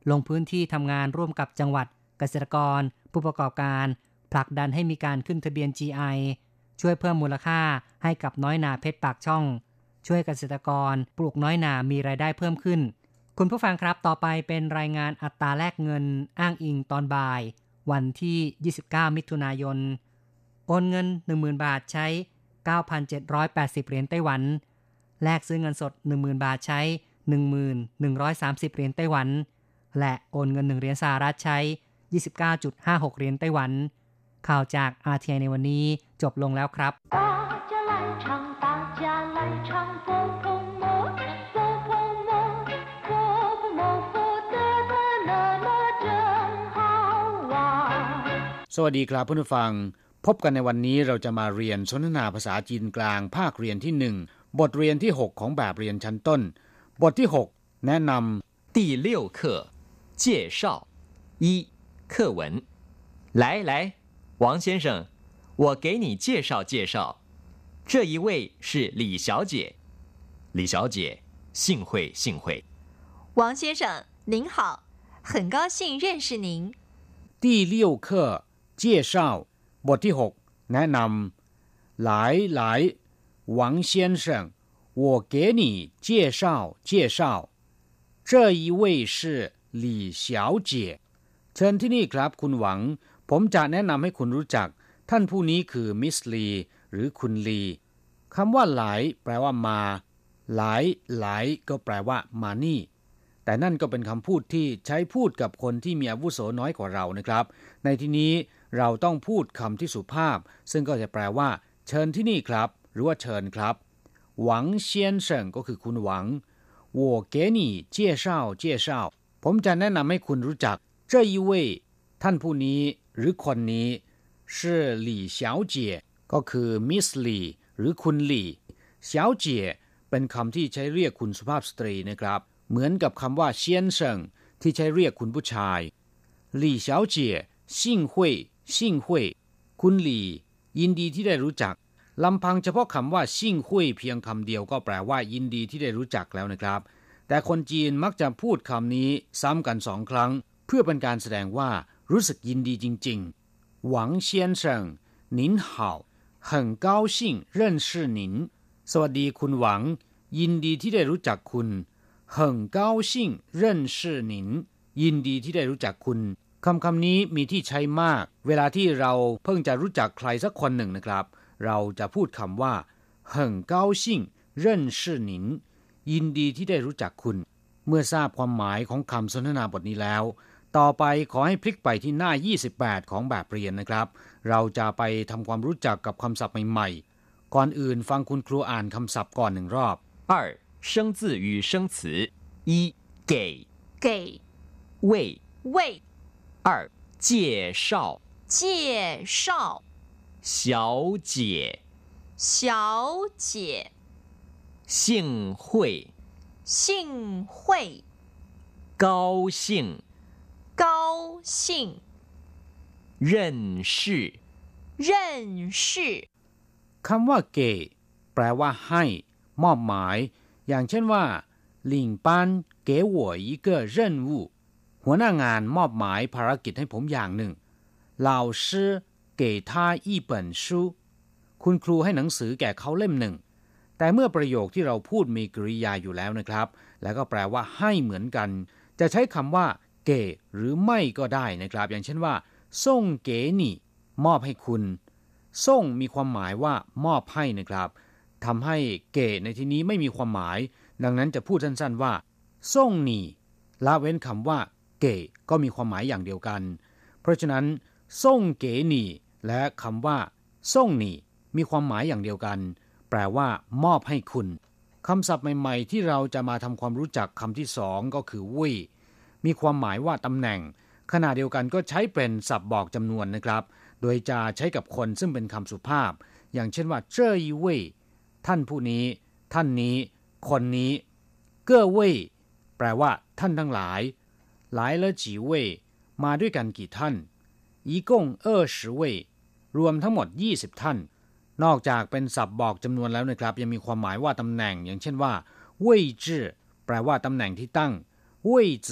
ลงพื้นที่ทำงานร่วมกับจังหวัดเกษตรกรผู้ประกอบการผลักดันให้มีการขึ้นทะเบียน GI ช่วยเพิ่มมูลค่าให้กับน้อยนาเพชรปากช่องช่วยเกษตรกรปลูกน้อยนามีรายได้เพิ่มขึ้นคุณผู้ฟังครับต่อไปเป็นรายงานอัตราแลกเงินอ้างอิงตอนบ่ายวันที่29มิถุนายนโอนเงิน 10,000 บาทใช้ 9,780 เหรียญไต้หวันแลกซื้อเงินสด 10,000 บาทใช้ 1,130 เหรียญไต้หวันและโอนเงิน1เหรียญสหรัฐใช้ 29.56 เหรียญไต้หวันข่าวจาก RTI ในวันนี้จบลงแล้วครับสวัสดีครับผู้ฟังพบกันในวันนี้เราจะมาเรียนสนทนาภาษาจีนกลางภาคเรียนที่1บทเรียนที่6ของแบบเรียนชั้นต้นบทที่6แนะนำ第6课介绍一课文来来王先生我给你介绍介绍这一位是李小姐李小姐幸会幸会王先生您好很高兴认识您第6课介绍บทที่6แนะนำ来来王先生我给你介绍介绍这一位是李小姐เชิญที่นี่ครับคุณหวังผมจะแนะนำให้คุณรู้จักท่านผู้นี้คือมิสลีหรือคุณลีคำว่าหลายแปลว่ามาหลายหลายก็แปลว่ามานี่แต่นั่นก็เป็นคำพูดที่ใช้พูดกับคนที่มีอาวุโสน้อยกว่าเรานะครับในที่นี้เราต้องพูดคำที่สุภาพซึ่งก็จะแปลว่าเชิญที่นี่ครับหรือว่าเชิญครับหวังเซียนเฉิงก็คือคุณหวัง我给你介绍介绍ผมจะแนะนำให้คุณรู้จัก这一位ท่านผู้นี้หรือคนนี้是李小姐ก็คือมิสลีหรือคุณลี小姐เป็นคำที่ใช้เรียกคุณสุภาพสตรีนะครับเหมือนกับคำว่าเซียนเฉิงที่ใช้เรียกคุณผู้ชาย李小姐幸会幸会คุณลียินดีที่ได้รู้จักลำพังเฉพาะคำว่าซิ่งคุยเพียงคำเดียวก็แปลว่ายินดีที่ได้รู้จักแล้วนะครับแต่คนจีนมักจะพูดคำนี้ซ้ำกัน2 ครั้งเพื่อเป็นการแสดงว่ารู้สึกยินดีจริงๆหวังเซียนเฉิง您好很高兴认识您สวัสดีคุณหวังยินดีที่ได้รู้จักคุณ很高兴认识您ยินดีที่ได้รู้จักคุณคำนี้มีที่ใช้มากเวลาที่เราเพิ่งจะรู้จักใครสักคนหนึ่งนะครับเราจะพูดคำว่า很高兴认识您ยินดีที่ได้รู้จักคุณเมื่อทราบความหมายของคำสนทนาบทนี้แล้วต่อไปขอให้พลิกไปที่หน้า28ของแบบเรียนนะครับเราจะไปทำความรู้จักกับคำศัพท์ใหม่ๆก่อนอื่นฟังคุณครูอ่านคำศัพท์ก่อน1 รอบ 2生字与生词一给给为为 2介绍介绍小姐小姐幸会幸会高兴高兴认识认识คำว่าเกแปลว่าให้มอบหมายอย่างเช่นว่า领班给我一个任务หัวหน้างานมอบหมายภารกิจให้ผมอย่างหนึ่ง老师给他一本书คุณครูให้หนังสือแก่เขาเล่มหนึ่งแต่เมื่อประโยคที่เราพูดมีกริยาอยู่แล้วนะครับแล้วก็แปลว่าให้เหมือนกันจะใช้คำว่าเกหรือไม่ก็ได้นะครับอย่างเช่นว่าส่งเกนี่มอบให้คุณส่งมีความหมายว่ามอบให้นะครับทำให้เกในที่นี้ไม่มีความหมายดังนั้นจะพูดสั้นๆว่าส่งนี่ละเว้นคำว่าเกก็มีความหมายอย่างเดียวกันเพราะฉะนั้นส่งเกนี่และคำว่าส่งนี่มีความหมายอย่างเดียวกันแปลว่ามอบให้คุณคำศัพท์ใหม่ๆที่เราจะมาทำความรู้จักคำที่2ก็คือวุ้ยมีความหมายว่าตำแหน่งขณะเดียวกันก็ใช้เป็นศัพท์บอกจำนวนนะครับโดยจะใช้กับคนซึ่งเป็นคำสุภาพอย่างเช่นว่าเจ้ออีเว่ยท่านผู้นี้ท่านนี้คนนี้เก้อเว่ยแปลว่าท่านทั้งหลายหลายละจีเว่ยมาด้วยกันกี่ท่าน一共20位รวมทั้งหมด20ท่านนอกจากเป็นศัพท์บอกจำนวนแล้วนะครับยังมีความหมายว่าตำแหน่งอย่างเช่นว่าเว่ยจื่อแปลว่าตำแหน่งที่ตั้งเว่ยจื่อ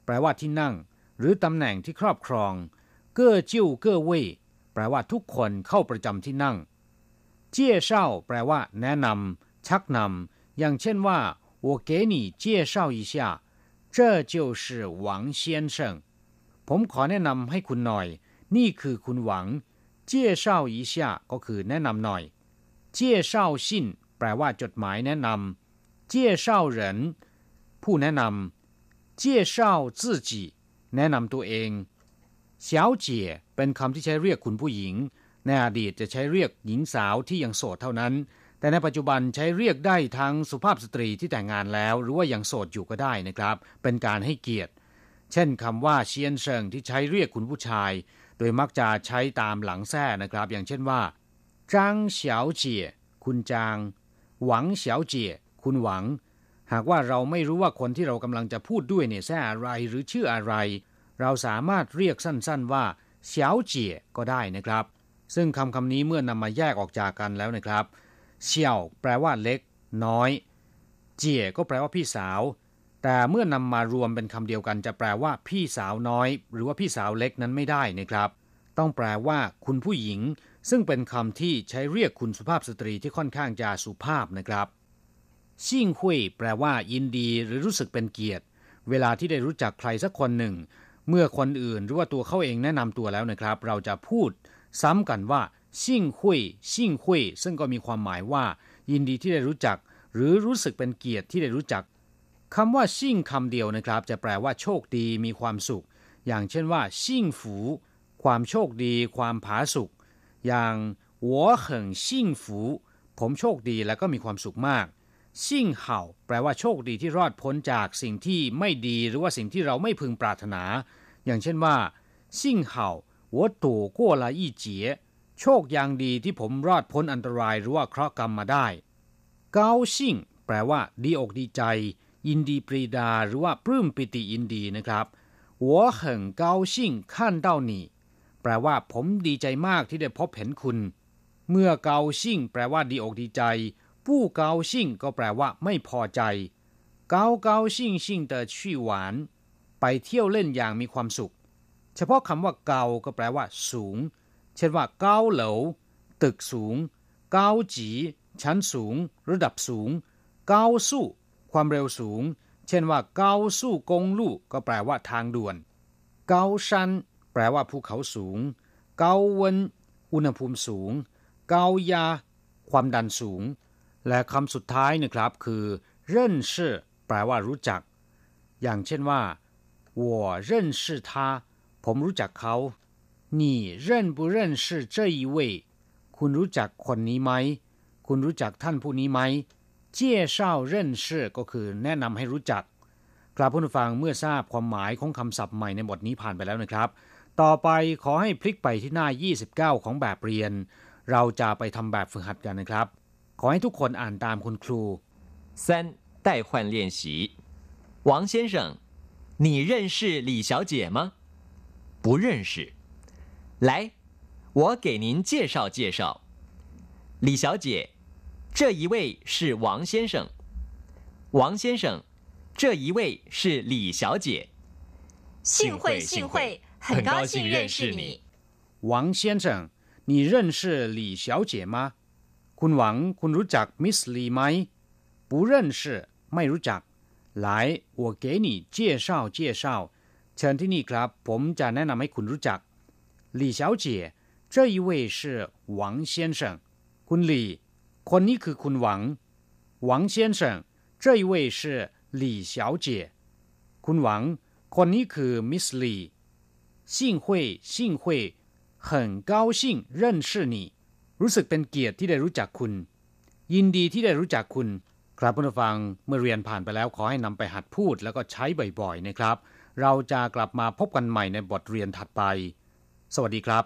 แปลว่าที่นั่งหรือตำแหน่งที่ครอบครองเก้อจิ้วเก้อเว่ยแปลว่าทุกคนเข้าประจำที่นั่งเจี้ยเช่าแปลว่าแนะนำชักนำอย่างเช่นว่า我给你介绍一下这就是王先生ผมขอแนะนำให้คุณหน่อยนี่คือคุณหวังเจี้ยเช่าอีเซียก็คือแนะนำหน่อยเจี้ยเช่าซินแปลว่าจดหมายแนะนำเจี้ยเช่าเหรินผู้แนะนำเจี้ยเช่าจื่อจีแนะนำตัวเองเฉียวเจี๋ยเป็นคำที่ใช้เรียกคุณผู้หญิงในอดีตจะใช้เรียกหญิงสาวที่ยังโสดเท่านั้นแต่ในปัจจุบันใช้เรียกได้ทั้งสุภาพสตรีที่แต่งงานแล้วหรือว่ายังโสดอยู่ก็ได้นะครับเป็นการให้เกียรติเช่นคำว่าเซียนเซิงที่ใช้เรียกคุณผู้ชายโดยมักจะใช้ตามหลังแท้นะครับอย่างเช่นว่าจางเฉียวเจี๋ยคุณจางหวังเฉียวเจี๋ยคุณหวังหากว่าเราไม่รู้ว่าคนที่เรากำลังจะพูดด้วยเนี่ยแท้อะไรหรือชื่ออะไรเราสามารถเรียกสั้นๆว่าเฉียวเจี๋ยก็ได้นะครับซึ่งคำนี้เมื่อนำมาแยกออกจากกันแล้วนะครับเฉียวแปลว่าเล็กน้อยเจี๋ยก็แปลว่าพี่สาวแต่เมื่อนำมารวมเป็นคำเดียวกันจะแปลว่าพี่สาวน้อยหรือว่าพี่สาวเล็กนั้นไม่ได้นะครับต้องแปลว่าคุณผู้หญิงซึ่งเป็นคำที่ใช้เรียกคุณสุภาพสตรีที่ค่อนข้างจะสุภาพนะครับซิ่งหุยแปลว่ายินดีหรือรู้สึกเป็นเกียรติเวลาที่ได้รู้จักใครสักคนหนึ่งเมื่อคนอื่นหรือว่าตัวเขาเองแนะนำตัวแล้วนะครับเราจะพูดซ้ำกันว่าซิ่งหุยซิ่งหุยซึ่งก็มีความหมายว่ายินดีที่ได้รู้จักหรือรู้สึกเป็นเกียรติที่ได้รู้จักคำว่าซิ่งคำเดียวนะครับจะแปลว่าโชคดีมีความสุขอย่างเช่นว่าซิ่งฝูความโชคดีความผาสุกอย่าง我很幸福ผมโชคดีแล้วก็มีความสุขมากซิ่งเห่าแปลว่าโชคดีที่รอดพ้นจากสิ่งที่ไม่ดีหรือว่าสิ่งที่เราไม่พึงปรารถนาอย่างเช่นว่าซิ่งเห่า我躲过了一劫โชคอย่างดีที่ผมรอดพ้นอันตรายหรือว่าเคราะห์กรรมมาได้เกาซิ่งแปลว่าดีอกดีใจยินดีปรีดาหรือว่าปลื้มปิติยินดีนะครับ我很高兴看到你แปลว่าผมดีใจมากที่ได้พบเห็นคุณเมื่อเกาซิ่งแปลว่าดีอกดีใจผู้เกาซิ่งก็แปลว่าไม่พอใจเกาเกาซิ่งซิ่งเตอชี่หวานไปเที่ยวเล่นอย่างมีความสุขเฉพาะคำว่าเกาก็แปลว่าสูงเช่นว่าเกาเหลาตึกสูงเกาจีชั้นสูงระดับสูงเกาสู้ความเร็วสูงเช่นว่าเกาสู้กงลู่ก็แปลว่าทางด่วนเกาชันแปลว่าภูเขาสูงเกาเวินอุณหภูมิสูงเกายาความดันสูงและคำสุดท้ายนะครับคือเร่นชื่อแปลว่ารู้จักอย่างเช่นว่า我认识他ผมรู้จักเขา你认不认识这一位คุณรู้จักคนนี้ไหมคุณรู้จักท่านผู้นี้ไหมเจี้ยเช่าเร่นชื่อก็คือแนะนำให้รู้จักครับผู้ฟังเมื่อทราบความหมายของคำศัพท์ใหม่ในบทนี้ผ่านไปแล้วนะครับต่อไปขอให้พลิกไปที่หน้า29ของแบบเรียนเราจะไปทำแบบฝึกหัดกันนะครับขอให้ทุกคนอ่านตามคุณครู 3代换练习王先生你认识李小姐吗不认识来我给您介绍介绍李小姐这一位是王先生王先生这一位是李小姐幸会幸会很高兴认识你王先生你认识李小姐吗คุณหวังคุณรู้จักมิสลีไหม不认识ไม่รู้จัก来我给你介绍介绍เชิญที่นี่ครับผมจะแนะนำให้คุณรู้จัก李小姐这一位是王先生คุณหลี่คนนี้คือคุณหวัง王先生这一位是李小姐คุณหวังคนนี้คือมิสลี幸会幸会很高兴认识你รู้สึกเป็นเกียรติที่ได้รู้จักคุณยินดีที่ได้รู้จักคุณครับผู้ฟังเมื่อเรียนผ่านไปแล้วขอให้นำไปหัดพูดแล้วก็ใช้บ่อยๆนะครับเราจะกลับมาพบกันใหม่ในบทเรียนถัดไปสวัสดีครับ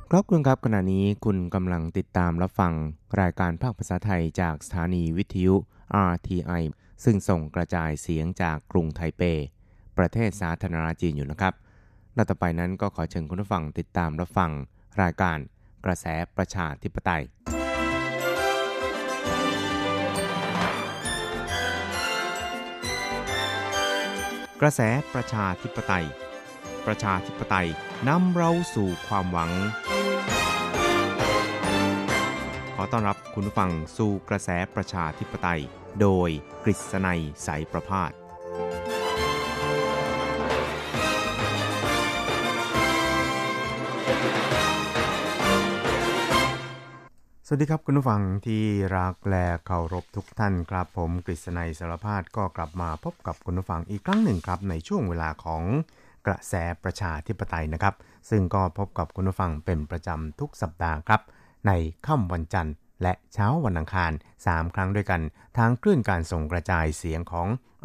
ครับคุณครับขณะนี้คุณกำลังติดตามรับฟังรายการภาคภาษาไทยจากสถานีวิทยุ RTI ซึ่งส่งกระจายเสียงจากกรุงไทเปประเทศสาธารณรัฐจีนอยู่นะครับและต่อไปนั้นก็ขอเชิญคุณผู้ฟังติดตามรับฟังรายการกระแสประชาธิปไตยกระแสประชาธิปไตยประชาธิปไตยนำเราสู่ความหวังขอต้อนรับคุณผู้ฟังสู่กระแสประชาธิปไตยโดยกฤษณัยสายประภาสสวัสดีครับคุณผู้ฟังที่รักและเคารพทุกท่านครับผมกฤษณัยสารพาสก็กลับมาพบกับคุณผู้ฟังอีกครั้งหนึ่งครับในช่วงเวลาของกระแสประชาธิปไตยนะครับซึ่งก็พบกับคุณผู้ฟังเป็นประจำทุกสัปดาห์ครับในค่ำวันจันทร์และเช้าวันอังคาร3ครั้งด้วยกันทางคลื่นการส่งกระจายเสียงของ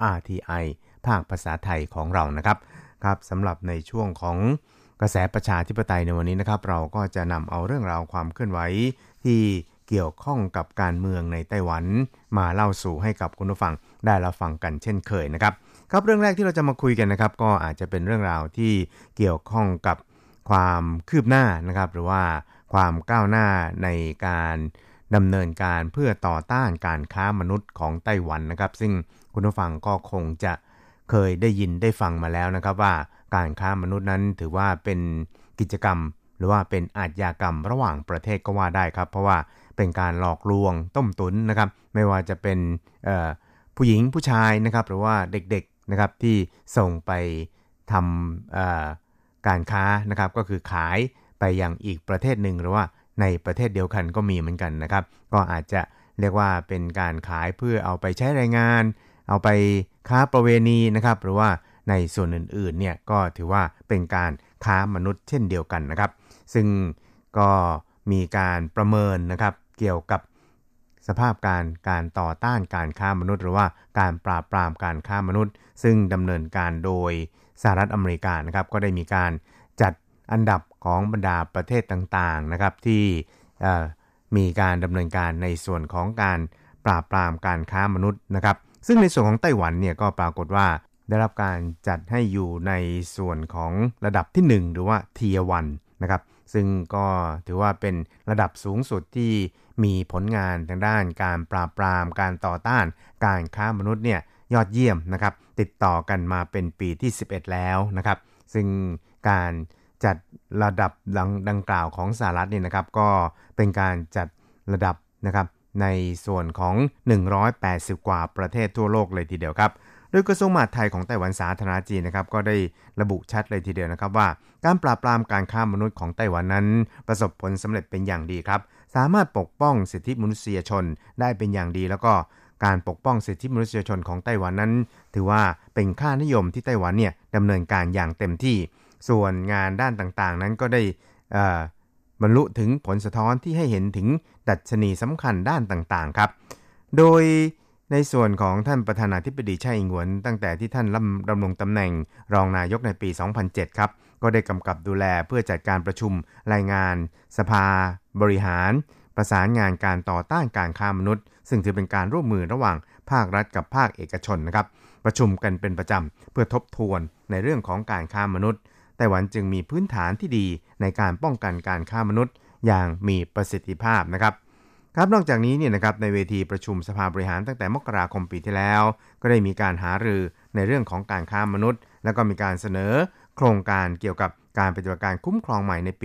RTI ภาคภาษาไทยของเรานะครับครับสำหรับในช่วงของกระแสประชาธิปไตยในวันนี้นะครับเราก็จะนำเอาเรื่องราวความเคลื่อนไหวที่เกี่ยวข้องกับการเมืองในไต้หวันมาเล่าสู่ให้กับคุณผู้ฟังได้รับฟังกันเช่นเคยนะครับครับเรื่องแรกที่เราจะมาคุยกันนะครับก็อาจจะเป็นเรื่องราวที่เกี่ยวข้องกับความคืบหน้านะครับหรือว่าความก้าวหน้าในการดำเนินการเพื่อต่อต้านการค้ามนุษย์ของไต้หวันนะครับซึ่งคุณผู้ฟังก็คงจะเคยได้ยินได้ฟังมาแล้วนะครับว่าการค้ามนุษย์นั้นถือว่าเป็นกิจกรรมหรือว่าเป็นอาชญากรรมระหว่างประเทศก็ว่าได้ครับเพราะว่าเป็นการหลอกลวงต้มตุ๋นนะครับไม่ว่าจะเป็นผู้หญิงผู้ชายนะครับหรือว่าเด็กๆนะครับที่ส่งไปทำการค้านะครับก็คือขายไปยังอีกประเทศหนึ่งหรือว่าในประเทศเดียวกันก็มีเหมือนกันนะครับก็อาจจะเรียกว่าเป็นการขายเพื่อเอาไปใช้แรงงานเอาไปค้าประเวณีนะครับหรือว่าในส่วนอื่นๆเนี่ยก็ถือว่าเป็นการค้ามนุษย์เช่นเดียวกันนะครับซึ่งก็มีการประเมินนะครับเกี่ยวกับสภาพการต่อต้านการค้ามนุษย์หรือว่าการปราบปรามการค้ามนุษย์ซึ่งดำเนินการโดยสหรัฐอเมริกานะครับก็ได้มีการจัดอันดับของบรรดาประเทศต่างๆนะครับที่มีการดำเนินการในส่วนของการปราบปรามการค้ามนุษย์นะครับซึ่งในส่วนของไต้หวันเนี่ยก็ปรากฏว่าได้รับการจัดให้อยู่ในส่วนของระดับที่1หรือว่า Tier 1นะครับซึ่งก็ถือว่าเป็นระดับสูงสุดที่มีผลงานทางด้านการปราบปรามการต่อต้านการค้ามนุษย์เนี่ยยอดเยี่ยมนะครับติดต่อกันมาเป็นปีที่11แล้วนะครับซึ่งการจัดระดับดังกล่าวของสหรัฐเนี่ยนะครับก็เป็นการจัดระดับนะครับในส่วนของ180กว่าประเทศทั่วโลกเลยทีเดียวครับโดยกระทรวงมหาดไทยของไต้หวันสาธารณรัฐจีนนะครับก็ได้ระบุชัดเลยทีเดียวนะครับว่าการปราบปรามการค้ามนุษย์ของไต้หวันนั้นประสบผลสำเร็จเป็นอย่างดีครับสามารถปกป้องสิทธิมนุษยชนได้เป็นอย่างดีแล้วก็การปกป้องสิทธิมนุษยชนของไต้หวันนั้นถือว่าเป็นค่านิยมที่ไต้หวันเนี่ยดำเนินการอย่างเต็มที่ส่วนงานด้านต่างๆนั้นก็ได้บรรลุถึงผลสะท้อนที่ให้เห็นถึงดัชนีสำคัญด้านต่างๆครับโดยในส่วนของท่านประธานาธิบดีไช่อิงหวนตั้งแต่ที่ท่านดำรงตำแหน่งรองนายกในปี 2007 ครับก็ได้กำกับดูแลเพื่อจัดการประชุมรายงานสภาบริหารประสานงานการต่อต้านการค้ามนุษย์ซึ่งถือเป็นการร่วมมือระหว่างภาครัฐกับภาคเอกชนนะครับประชุมกันเป็นประจำเพื่อทบทวนในเรื่องของการค้ามนุษย์ไต้หวันจึงมีพื้นฐานที่ดีในการป้องกันการค้ามนุษย์อย่างมีประสิทธิภาพนะครับครับนอกจากนี้เนี่ยนะครับในเวทีประชุมสภาบริหารตั้งแต่มกราคมปีที่แล้วก็ได้มีการหารือในเรื่องของการค้ามนุษย์แล้วก็มีการเสนอโครงการเกี่ยวกับการปฏิบัติการคุ้มครองใหม่ในปี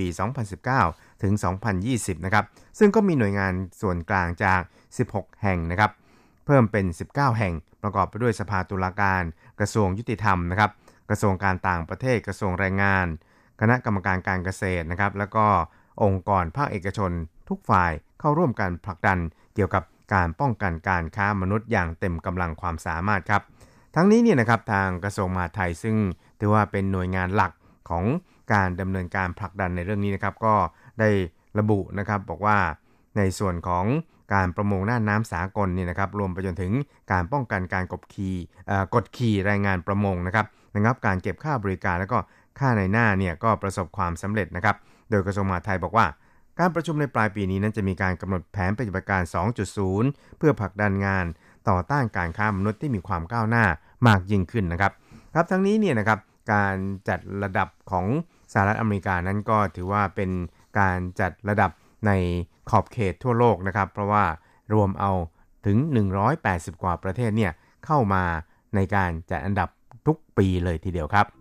2019 ถึง 2020 นะครับซึ่งก็มีหน่วยงานส่วนกลางจาก16แห่งนะครับเพิ่มเป็น19แห่งประกอบไปด้วยสภาตุลาการกระทรวงยุติธรรมนะครับกระทรวงการต่างประเทศกระทรวงแรงงานคณะกรรมการการเกษตรนะครับแล้วก็องค์กรภาคเอกชนทุกฝ่ายเข้าร่วมกันผลักดันเกี่ยวกับการป้องกันการค้ามนุษย์อย่างเต็มกำลังความสามารถครับทั้งนี้เนี่ยนะครับทางกระทรวงมหาดไทยซึ่งถือว่าเป็นหน่วยงานหลักของการดำเนินการผลักดันในเรื่องนี้นะครับก็ได้ระบุนะครับบอกว่าในส่วนของการประมงน่านน้ำสากลนี่นะครับรวมไปจนถึงการป้องกันการกดขี่แรงงานประมงนะครับการเก็บค่าบริการแล้วก็ค่าในหน้าเนี่ยก็ประสบความสำเร็จนะครับโดยกระทรวงมหาดไทยบอกว่าการประชุมในปลายปีนี้นั้นจะมีการกำหนดแผนปฏิบัติการ 2.0 เพื่อผลักดันงานต่อต้านการค้ามนุษย์ที่มีความก้าวหน้ามากยิ่งขึ้นนะครับครับทั้งนี้เนี่ยนะครับการจัดระดับของสหรัฐอเมริกานั้นก็ถือว่าเป็นการจัดระดับในขอบเขตทั่วโลกนะครับเพราะว่ารวมเอาถึง180กว่าประเทศเนี่ยเข้ามาในการจัดอันดับทุกปีเลยทีเดียวครับ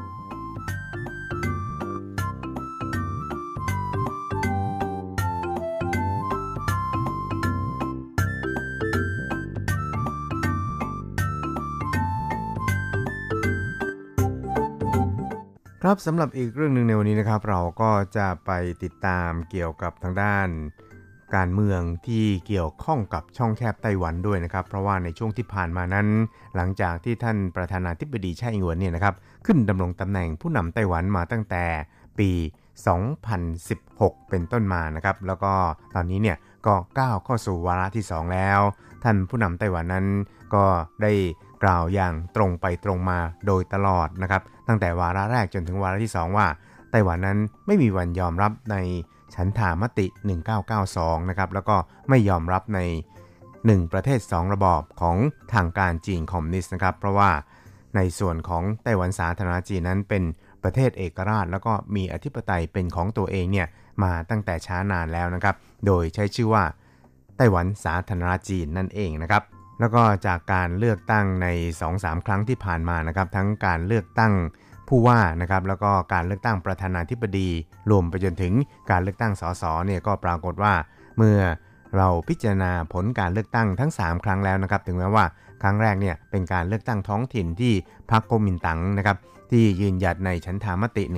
ครับสำหรับอีกเรื่องนึงในวันนี้นะครับเราก็จะไปติดตามเกี่ยวกับทางด้านการเมืองที่เกี่ยวข้องกับช่องแคบไต้หวันด้วยนะครับเพราะว่าในช่วงที่ผ่านมานั้นหลังจากที่ท่านประธานาธิบดีไช่อิงเหวินเนี่ยนะครับขึ้นดำรงตำแหน่งผู้นำไต้หวันมาตั้งแต่ปี 2016 เป็นต้นมานะครับแล้วก็ตอนนี้เนี่ยก็ก้าวเข้าสู่วาระที่2แล้วท่านผู้นำไต้หวันนั้นก็ได้กล่าวอย่างตรงไปตรงมาโดยตลอดนะครับตั้งแต่วาระแรกจนถึงวาระที่2ว่าไต้หวันนั้นไม่มีวันยอมรับในฉันทามติ1992นะครับแล้วก็ไม่ยอมรับใน1ประเทศ2ระบอบของทางการจีนคอมมิวนิสต์นะครับเพราะว่าในส่วนของไต้หวันสาธารณรัฐจีนนั้นเป็นประเทศเอกราชแล้วก็มีอธิปไตยเป็นของตัวเองเนี่ยมาตั้งแต่ช้านานแล้วนะครับโดยใช้ชื่อว่าไต้หวันสาธารณรัฐจีนนั่นเองนะครับแล้วก็จากการเลือกตั้งใน 2-3 ครั้งที่ผ่านมานะครับทั้งการเลือกตั้งผู้ว่านะครับแล้วก็การเลือกตั้งประธานาธิบดีรวมไปจนถึงการเลือกตั้งสสเนี่ยก็ปรากฏว่าเมื่อเราพิจารณาผลการเลือกตั้งทั้ง3ครั้งแล้วนะครับถึงแม้ว่าครั้งแรกเนี่ยเป็นการเลือกตั้งท้องถิ่นที่พรรคก๊กมินตั๋งนะครับที่ยืนหยัดในฉันทามติ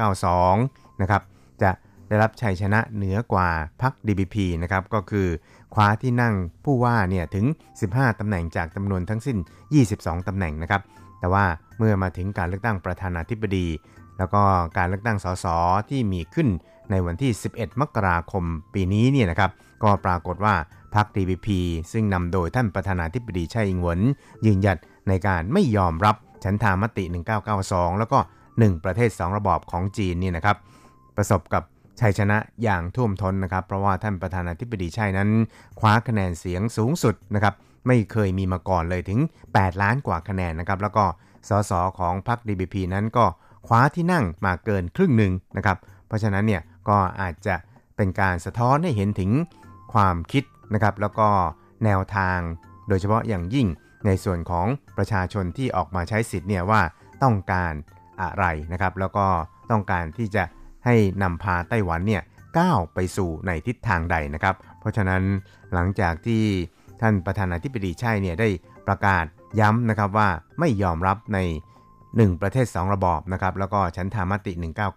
1992นะครับจะได้รับชัยชนะเหนือกว่าพรรค DPP นะครับก็คือคว้าที่นั่งผู้ว่าเนี่ยถึง15ตำแหน่งจากจำนวนทั้งสิ้น22ตำแหน่งนะครับแต่ว่าเมื่อมาถึงการเลือกตั้งประธานาธิบดีแล้วก็การเลือกตั้งสสที่มีขึ้นในวันที่11มกราคมปีนี้เนี่ยนะครับก็ปรากฏว่าพรรค DPP ซึ่งนำโดยท่านประธานาธิบดีไช่อิงเหวินยืนหยัดในการไม่ยอมรับฉันทามติ1992แล้วก็1ประเทศ2ระบอบของจีนนี่นะครับประสบกับชัยชนะอย่างท่วมท้นนะครับเพราะว่าท่านประธานาธิบดีไช่นั้นคว้าคะแนนเสียงสูงสุดนะครับไม่เคยมีมาก่อนเลยถึง8ล้านกว่าคะแนนนะครับแล้วก็สสของพรรค DPP นั้นก็คว้าที่นั่งมาเกินครึ่งหนึ่งนะครับเพราะฉะนั้นเนี่ยก็อาจจะเป็นการสะท้อนให้เห็นถึงความคิดนะครับแล้วก็แนวทางโดยเฉพาะอย่างยิ่งในส่วนของประชาชนที่ออกมาใช้สิทธิ์เนี่ยว่าต้องการอะไรนะครับแล้วก็ต้องการที่จะให้นำพาไต้หวันเนี่ยก้าวไปสู่ในทิศทางใดนะครับเพราะฉะนั้นหลังจากที่ท่านประธานาธิบดีไช่เนี่ยได้ประกาศย้ำนะครับว่าไม่ยอมรับใน1ประเทศ2ระบอบนะครับแล้วก็ฉันทามติ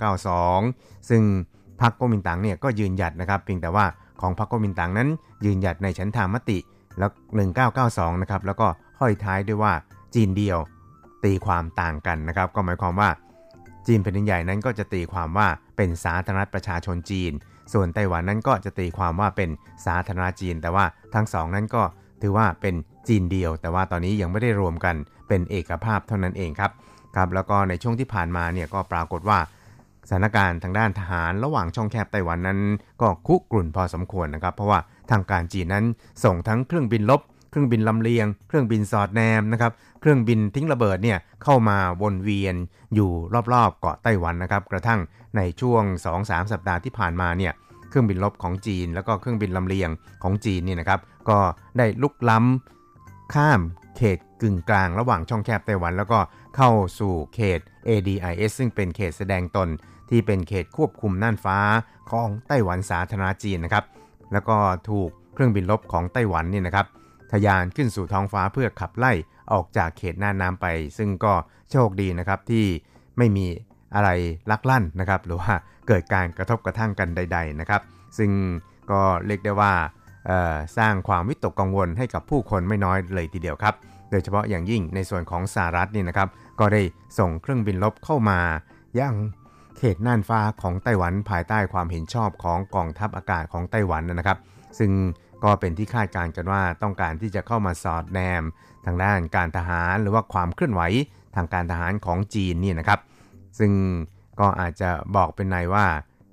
1992ซึ่งพรรคก๊กมินตั๋งเนี่ยก็ยืนหยัดนะครับเพียงแต่ว่าของพรรคก๊กมินตั๋งนั้นยืนหยัดในฉันทามติแล้ว1992นะครับแล้วก็ห้อยท้ายด้วยว่าจีนเดียวตีความต่างกันนะครับก็หมายความว่าจีนแผ่นดินใหญ่นั้นก็จะตีความว่าเป็นสาธารณรัฐประชาชนจีนส่วนไต้หวันนั้นก็จะตีความว่าเป็นสาธารณรัฐจีนแต่ว่าทั้งสองนั้นก็ถือว่าเป็นจีนเดียวแต่ว่าตอนนี้ยังไม่ได้รวมกันเป็นเอกภาพเท่านั้นเองครับแล้วก็ในช่วงที่ผ่านมาเนี่ยก็ปรากฏว่าสถานการณ์ทางด้านทหารระหว่างช่องแคบไต้หวันนั้นก็คุกรุ่นพอสมควรนะครับเพราะว่าทางการจีนนั้นส่งทั้งเครื่องบินรบเครื่องบินลำเลียงเครื่องบินสอดแนมนะครับเครื่องบินทิ้งระเบิดเนี่ยเข้ามาวนเวียนอยู่รอบๆเกาะไต้หวันนะครับกระทั่งในช่วง 2-3 สัปดาห์ที่ผ่านมาเนี่ยเครื่องบินรบของจีนแล้วก็เครื่องบินลำเลียงของจีนนี่นะครับก็ได้ลุกล้ำข้ามเขตกึ่งกลางระหว่างช่องแคบไต้หวันแล้วก็เข้าสู่เขต ADIS ซึ่งเป็นเขตแสดงตนที่เป็นเขตควบคุมน่านฟ้าของไต้หวันสาธารณรัฐจีนนะครับแล้วก็ถูกเครื่องบินรบของไต้หวันนี่นะครับทะยานขึ้นสู่ท้องฟ้าเพื่อขับไล่ออกจากเขตน่านน้ำไปซึ่งก็โชคดีนะครับที่ไม่มีอะไรลักลั่นนะครับหรือว่าเกิดการกระทบกระทั่งกันใดๆนะครับซึ่งก็เรียกได้ว่าสร้างความวิตกกังวลให้กับผู้คนไม่น้อยเลยทีเดียวครับโดยเฉพาะอย่างยิ่งในส่วนของสหรัฐนี่นะครับก็ได้ส่งเครื่องบินรบเข้ามายังเขตน่านฟ้าของไต้หวันภายใต้ความเห็นชอบของกองทัพอากาศของไต้หวันนะครับซึ่งก็เป็นที่คาดการณ์กันว่าต้องการที่จะเข้ามาสอดแนมทางด้านการทหารหรือว่าความเคลื่อนไหวทางการทหารของจีนนี่นะครับซึ่งก็อาจจะบอกเป็นในว่า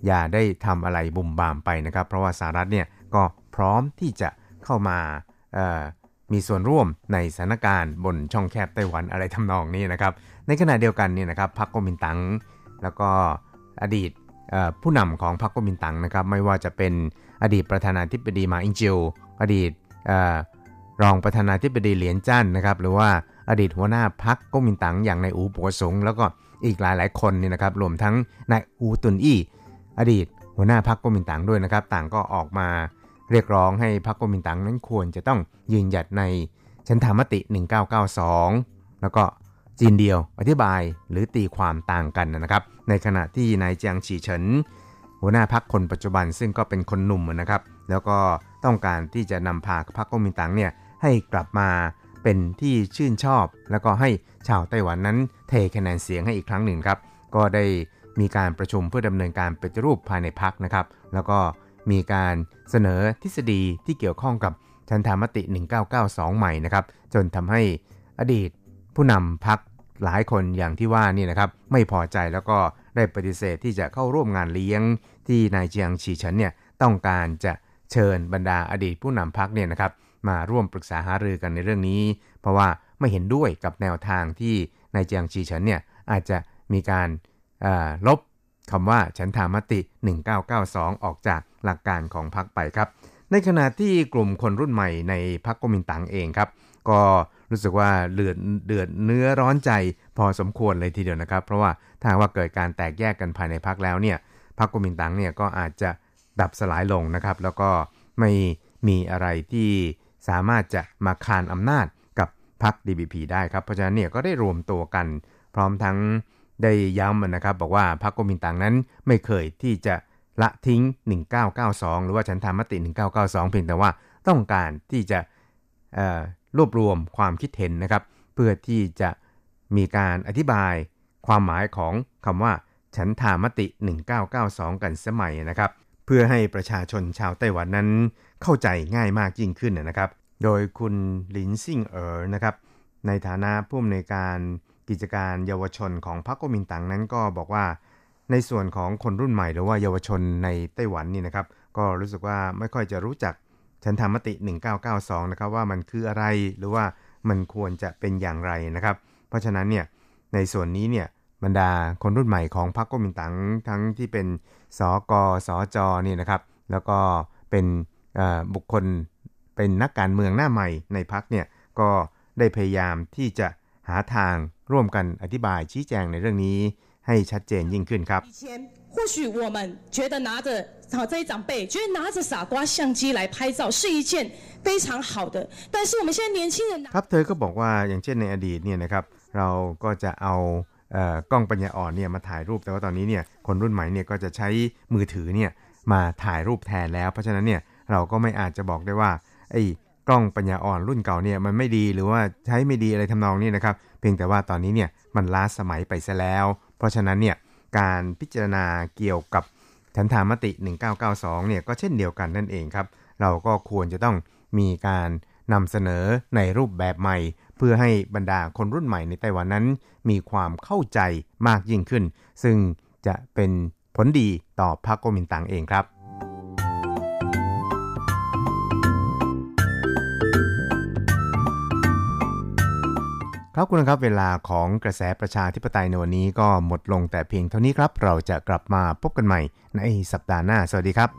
อย่าได้ทำอะไรบุ่มบามไปนะครับเพราะว่าสหรัฐเนี่ยก็พร้อมที่จะเข้ามามีส่วนร่วมในสถานการณ์บนช่องแคบไต้หวันอะไรทำนองนี้นะครับในขณะเดียวกันนี่นะครับพรรคก๊กมินตั๋งแล้วก็อดีตผู้นำของพรรคก๊กมินตั๋งนะครับไม่ว่าจะเป็นอดีตประธานาธิบดีมาอิงจิวอดีตรองประธานาธิบดีเหลียนจั่นนะครับหรือว่าอดีตหัวหน้าพรรคก๊กมินตั๋งอย่างนายอู๋ปัวสงแล้วก็อีกหลายๆคนนี่นะครับรวมทั้งนายอูตุนอี้อดีตหัวหน้าพรรคก๊กมินตั๋งด้วยนะครับต่างก็ออกมาเรียกร้องให้พรรคก๊กมินตั๋งนั้นควรจะต้องยืนหยัดในฉันทามติ1992แล้วก็จีนเดียวอธิบายหรือตีความต่างกันนะครับในขณะที่นายเจียงฉีเฉินหัวหน้าพรรคคนปัจจุบันซึ่งก็เป็นคนหนุ่มนะครับแล้วก็ต้องการที่จะนำพาพรรคก๊กมินตั๋งเนี่ยให้กลับมาเป็นที่ชื่นชอบแล้วก็ให้ชาวไต้หวันนั้นเทคะแนนเสียงให้อีกครั้งหนึ่งครับก็ได้มีการประชุมเพื่อดำเนินการปฏิรูปภายในพรรคนะครับแล้วก็มีการเสนอทฤษฎีที่เกี่ยวข้องกับฉันทามติ1992ใหม่นะครับจนทำให้อดีตผู้นำพรรคหลายคนอย่างที่ว่านี่นะครับไม่พอใจแล้วก็ได้ปฏิเสธที่จะเข้าร่วมงานเลี้ยงที่นายเจียงฉีเฉินเนี่ยต้องการจะเชิญบรรดาอดีตผู้นำพรรคเนี่ยนะครับมาร่วมปรึกษาหารือกันในเรื่องนี้เพราะว่าไม่เห็นด้วยกับแนวทางที่นายเจียงฉีเฉินเนี่ยอาจจะมีการลบคำว่าฉันทามติ1992ออกจากหลักการของพรรคไปครับในขณะที่กลุ่มคนรุ่นใหม่ในพรรคก๊กมินตั๋งเองครับก็รู้สึกว่าเดือดเนื้อร้อนใจพอสมควรเลยทีเดียวนะครับเพราะว่าถ้าว่าเกิดการแตกแยกกันภายในพรรคแล้วเนี่ยพรรคก๊กมินตั๋งเนี่ยก็อาจจะดับสลายลงนะครับแล้วก็ไม่มีอะไรที่สามารถจะมาคานอำนาจกับพรรค DPP ได้ครับเพราะฉะนั้นเนี่ยก็ได้รวมตัวกันพร้อมทั้งได้ย้ำนะครับบอกว่าพรรคก๊กมินตั๋งนั้นไม่เคยที่จะละทิ้ง1992หรือว่าฉันทามติ1992เพียงแต่ว่าต้องการที่จะรวบรวมความคิดเห็นนะครับเพื่อที่จะมีการอธิบายความหมายของคำว่าฉันทามติ1992กันสมัยนะครับเพื่อให้ประชาชนชาวไต้หวันนั้นเข้าใจง่ายมากยิ่งขึ้นนะครับโดยคุณหลินซิ่งนะครับในฐานะผู้อำนวยการกิจการเยาวชนของพรรคก๊กมินตั๋งนั้นก็บอกว่าในส่วนของคนรุ่นใหม่หรือว่าเยาวชนในไต้หวันนี่นะครับก็รู้สึกว่าไม่ค่อยจะรู้จักฉันทามติ1992นะครับว่ามันคืออะไรหรือว่ามันควรจะเป็นอย่างไรนะครับเพราะฉะนั้นเนี่ยในส่วนนี้เนี่ยบรรดาคนรุ่นใหม่ของพรรคก๊กมินตั๋งทั้งที่เป็นสกสจนี่นะครับแล้วก็เป็นบุคคลเป็นนักการเมืองหน้าใหม่ในพรรคเนี่ยก็ได้พยายามที่จะหาทางร่วมกันอธิบายชี้แจงในเรื่องนี้ให้ชัดเจนยิ่งขึ้นครับ或许我们觉得拿着这一长辈觉得拿着傻瓜相机来拍照是一件非常好的但是我们现在年轻人ครับเธอก็บอกว่าอย่างเช่นในอดีตเนี่ยนะครับเราก็จะเอากล้องปัญญาอ่อนเนี่ยมาถ่ายรูปแต่ว่าตอนนี้เนี่ยคนรุ่นใหม่เนี่ยก็จะใช้มือถือเนี่ยมาถ่ายรูปแทนแล้วเพราะฉะนั้นเนี่ยเราก็ไม่อาจจะบอกได้ว่าไอ้กล้องปัญญาอ่อนรุ่นเก่าเนี่ยมันไม่ดีหรือว่าใช้ไม่ดีอะไรทำนองนี้นะครับเพียงแต่ว่าตอนนี้เนี่ยมันล้าสมัยไปซะแล้วเพราะฉะนั้นเนี่ยการพิจารณาเกี่ยวกับฉันทามติ1992เนี่ยก็เช่นเดียวกันนั่นเองครับเราก็ควรจะต้องมีการนำเสนอในรูปแบบใหม่เพื่อให้บรรดาคนรุ่นใหม่ในไต้หวันนั้นมีความเข้าใจมากยิ่งขึ้นซึ่งจะเป็นผลดีต่อพรรคก๊กมินตั๋งเองครับครับคุณครับเวลาของกระแสประชาธิปไตยในวันนี้ก็หมดลงแต่เพียงเท่านี้ครับเราจะกลับมาพบกันใหม่ในสัปดาห์หน้าสวัสดีครับ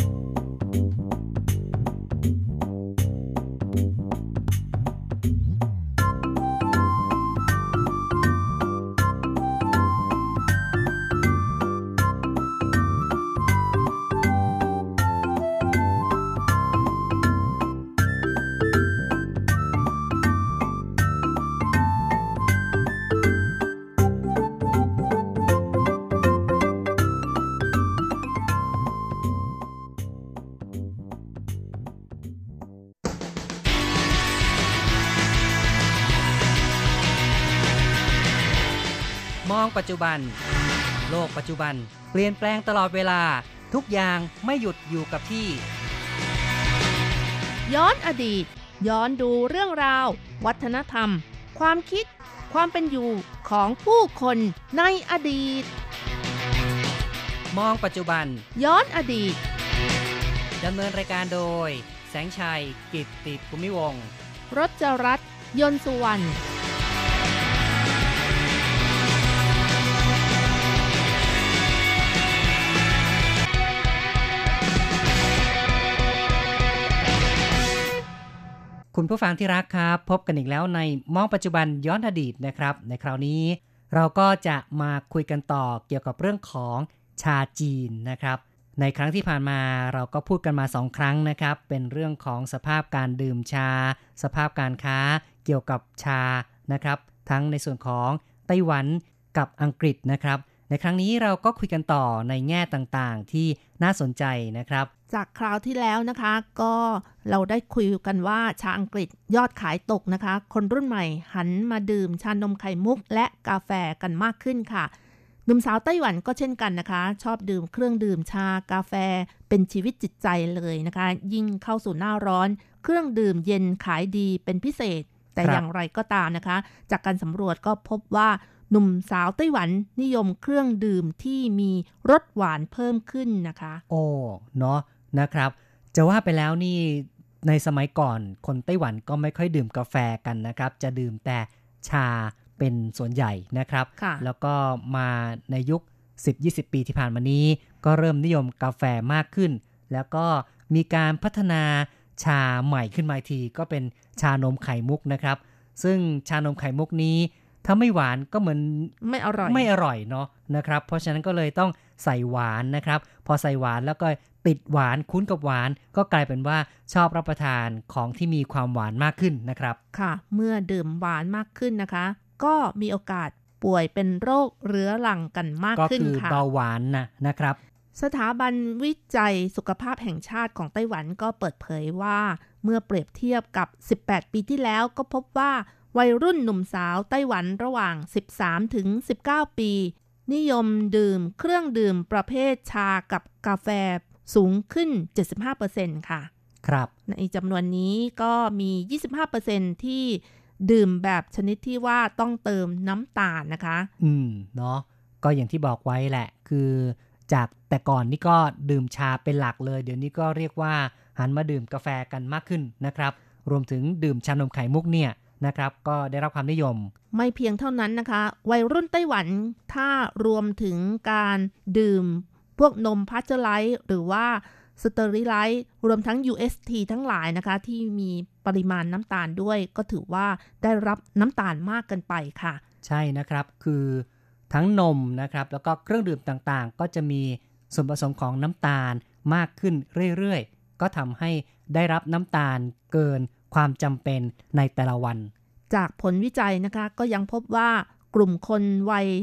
มองปัจจุบันโลกปัจจุบันเปลี่ยนแปลงตลอดเวลาทุกอย่างไม่หยุดอยู่กับที่ย้อนอดีตย้อนดูเรื่องราววัฒนธรรมความคิดความเป็นอยู่ของผู้คนในอดีตมองปัจจุบันย้อนอดีตดำเนินรายการโดยแสงชัยกิตติภูมิวงศ์รจรัตน์ยนต์สุวรรณคุณผู้ฟังที่รักครับพบกันอีกแล้วในมองปัจจุบันย้อนอดีตนะครับในคราวนี้เราก็จะมาคุยกันต่อเกี่ยวกับเรื่องของชาจีนนะครับในครั้งที่ผ่านมาเราก็พูดกันมา2ครั้งนะครับเป็นเรื่องของสภาพการดื่มชาสภาพการค้าเกี่ยวกับชานะครับทั้งในส่วนของไต้หวันกับอังกฤษนะครับในครั้งนี้เราก็คุยกันต่อในแง่ต่างๆที่น่าสนใจนะครับจากคราวที่แล้วนะคะก็เราได้คุยกันว่าชาอังกฤษยอดขายตกนะคะคนรุ่นใหม่หันมาดื่มชานมไข่มุกและกาแฟกันมากขึ้นค่ะหนุ่มสาวไต้หวันก็เช่นกันนะคะชอบดื่มเครื่องดื่มชากาแฟเป็นชีวิตจิตใจเลยนะคะยิ่งเข้าสู่หน้าร้อนเครื่องดื่มเย็นขายดีเป็นพิเศษแต่อย่างไรก็ตามนะคะจากการสำรวจก็พบว่าหนุ่มสาวไต้หวันนิยมเครื่องดื่มที่มีรสหวานเพิ่มขึ้นนะคะโอ้เนาะนะครับจะว่าไปแล้วนี่ในสมัยก่อนคนไต้หวันก็ไม่ค่อยดื่มกาแฟกันนะครับจะดื่มแต่ชาเป็นส่วนใหญ่นะครับแล้วก็มาในยุค 10-20 ปีที่ผ่านมานี้ก็เริ่มนิยมกาแฟมากขึ้นแล้วก็มีการพัฒนาชาใหม่ขึ้นมาทีก็เป็นชานมไข่มุกนะครับซึ่งชานมไข่มุกนี้ถ้าไม่หวานก็เหมือนไม่อร่อยเนาะนะครับเพราะฉะนั้นก็เลยต้องใส่หวานนะครับพอใส่หวานแล้วก็ติดหวานคุ้นกับหวานก็กลายเป็นว่าชอบรับประทานของที่มีความหวานมากขึ้นนะครับค่ะเมื่อดื่มหวานมากขึ้นนะคะก็มีโอกาสป่วยเป็นโรคเรื้อรังกันมากขึ้นค่ะก็คือเบาหวานนะครับสถาบันวิจัยสุขภาพแห่งชาติของไต้หวันก็เปิดเผยว่าเมื่อเปรียบเทียบกับ18ปีที่แล้วก็พบว่าวัยรุ่นหนุ่มสาวไต้หวันระหว่าง13ถึง19ปีนิยมดื่มเครื่องดื่มประเภทชากับกาแฟสูงขึ้น 75% ค่ะครับในจำนวนนี้ก็มี 25% ที่ดื่มแบบชนิดที่ว่าต้องเติมน้ำตาลนะคะเนาะก็อย่างที่บอกไว้แหละคือจากแต่ก่อนนี่ก็ดื่มชาเป็นหลักเลยเดี๋ยวนี้ก็เรียกว่าหันมาดื่มกาแฟกันมากขึ้นนะครับรวมถึงดื่มชานมไข่มุกเนี่ยนะครับก็ได้รับความนิยมไม่เพียงเท่านั้นนะคะวัยรุ่นไต้หวันถ้ารวมถึงการดื่มพวกนมพาสเจอร์ไลซ์หรือว่าสเตอริไลซ์รวมทั้ง UST ทั้งหลายนะคะที่มีปริมาณน้ำตาลด้วยก็ถือว่าได้รับน้ำตาลมากเกินไปค่ะใช่นะครับคือทั้งนมนะครับแล้วก็เครื่องดื่มต่างๆก็จะมีส่วนผสมของน้ำตาลมากขึ้นเรื่อยๆก็ทำให้ได้รับน้ำตาลเกินความจำเป็นในแต่ละวันจากผลวิจัยนะคะก็ยังพบว่ากลุ่มคนวัย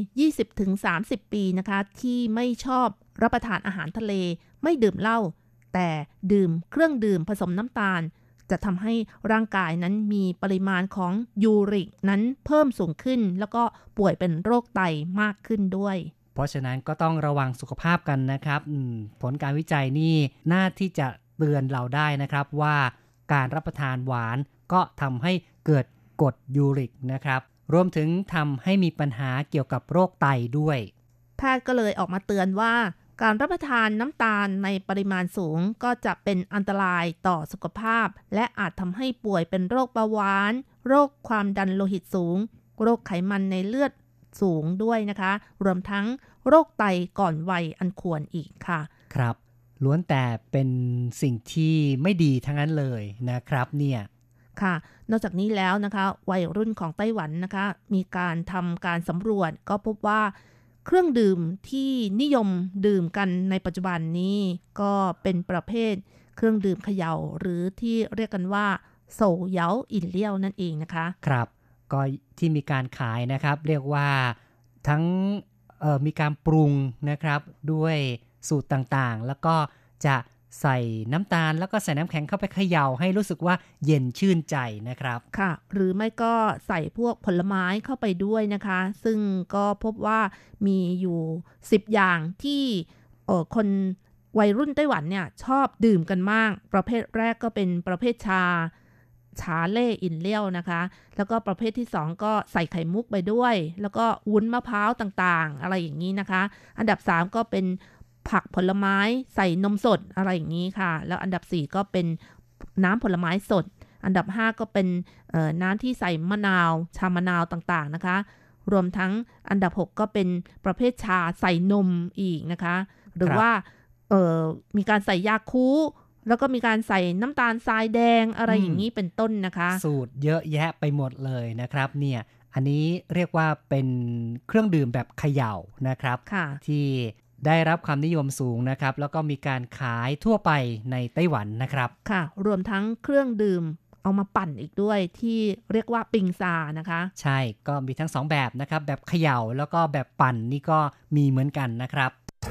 20-30 ปีนะคะที่ไม่ชอบรับประทานอาหารทะเลไม่ดื่มเหล้าแต่ดื่มเครื่องดื่มผสมน้ำตาลจะทำให้ร่างกายนั้นมีปริมาณของยูริกนั้นเพิ่มสูงขึ้นแล้วก็ป่วยเป็นโรคไตมากขึ้นด้วยเพราะฉะนั้นก็ต้องระวังสุขภาพกันนะครับผลการวิจัยนี่น่าที่จะเตือนเราได้นะครับว่าการรับประทานหวานก็ทำให้เกิดกรดยูริกนะครับรวมถึงทำให้มีปัญหาเกี่ยวกับโรคไตด้วยแพทย์ก็เลยออกมาเตือนว่าการรับประทานน้ำตาลในปริมาณสูงก็จะเป็นอันตรายต่อสุขภาพและอาจทำให้ป่วยเป็นโรคเบาหวานโรคความดันโลหิตสูงโรคไขมันในเลือดสูงด้วยนะคะรวมทั้งโรคไตก่อนวัยอันควรอีกค่ะครับล้วนแต่เป็นสิ่งที่ไม่ดีทั้งนั้นเลยนะครับเนี่ยค่ะนอกจากนี้แล้วนะคะวัยรุ่นของไต้หวันนะคะมีการทำการสำรวจก็พบว่าเครื่องดื่มที่นิยมดื่มกันในปัจจุบันนี้ก็เป็นประเภทเครื่องดื่มเขย่าหรือที่เรียกกันว่าโซเหยาอินเลี้ยวนั่นเองนะคะครับก็ที่มีการขายนะครับเรียกว่าทั้งมีการปรุงนะครับด้วยสูตรต่างๆแล้วก็จะใส่น้ำตาลแล้วก็ใส่น้ำแข็งเข้าไปเขย่าให้รู้สึกว่าเย็นชื่นใจนะครับค่ะหรือไม่ก็ใส่พวกผลไม้เข้าไปด้วยนะคะซึ่งก็พบว่ามีอยู่10อย่างที่คนวัยรุ่นไต้หวันเนี่ยชอบดื่มกันมากประเภทแรกก็เป็นประเภทชาเล่อินเลี้ยวนะคะแล้วก็ประเภทที่2ก็ใส่ไข่มุกไปด้วยแล้วก็วุ้นมะพร้าวต่างๆอะไรอย่างนี้นะคะอันดับ3ก็เป็นผักผลไม้ใส่นมสดอะไรอย่างนี้ค่ะแล้วอันดับ4ก็เป็นน้ำผลไม้สดอันดับ5ก็เป็นน้ำที่ใส่มะนาวชามะนาวต่างๆนะคะรวมทั้งอันดับ6ก็เป็นประเภทชาใส่นมอีกนะคะหรือว่ามีการใส่ยาคูแล้วก็มีการใส่น้ำตาลทรายแดงอะไรอย่างนี้เป็นต้นนะคะสูตรเยอะแยะไปหมดเลยนะครับเนี่ยอันนี้เรียกว่าเป็นเครื่องดื่มแบบเขย่านะครับที่ได้รับความนิยมสูงนะครับแล้วก็มีการขายทั่วไปในไต้หวันนะครับค่ะรวมทั้งเครื่องดื่มเอามาปั่นอีกด้วยที่เรียกว่าปิงซานะคะใช่ก็มีทั้ง2แบบนะครับแบบเขย่าแล้วก็แบบปั่นนี่ก็มีเหมือนกันนะครับ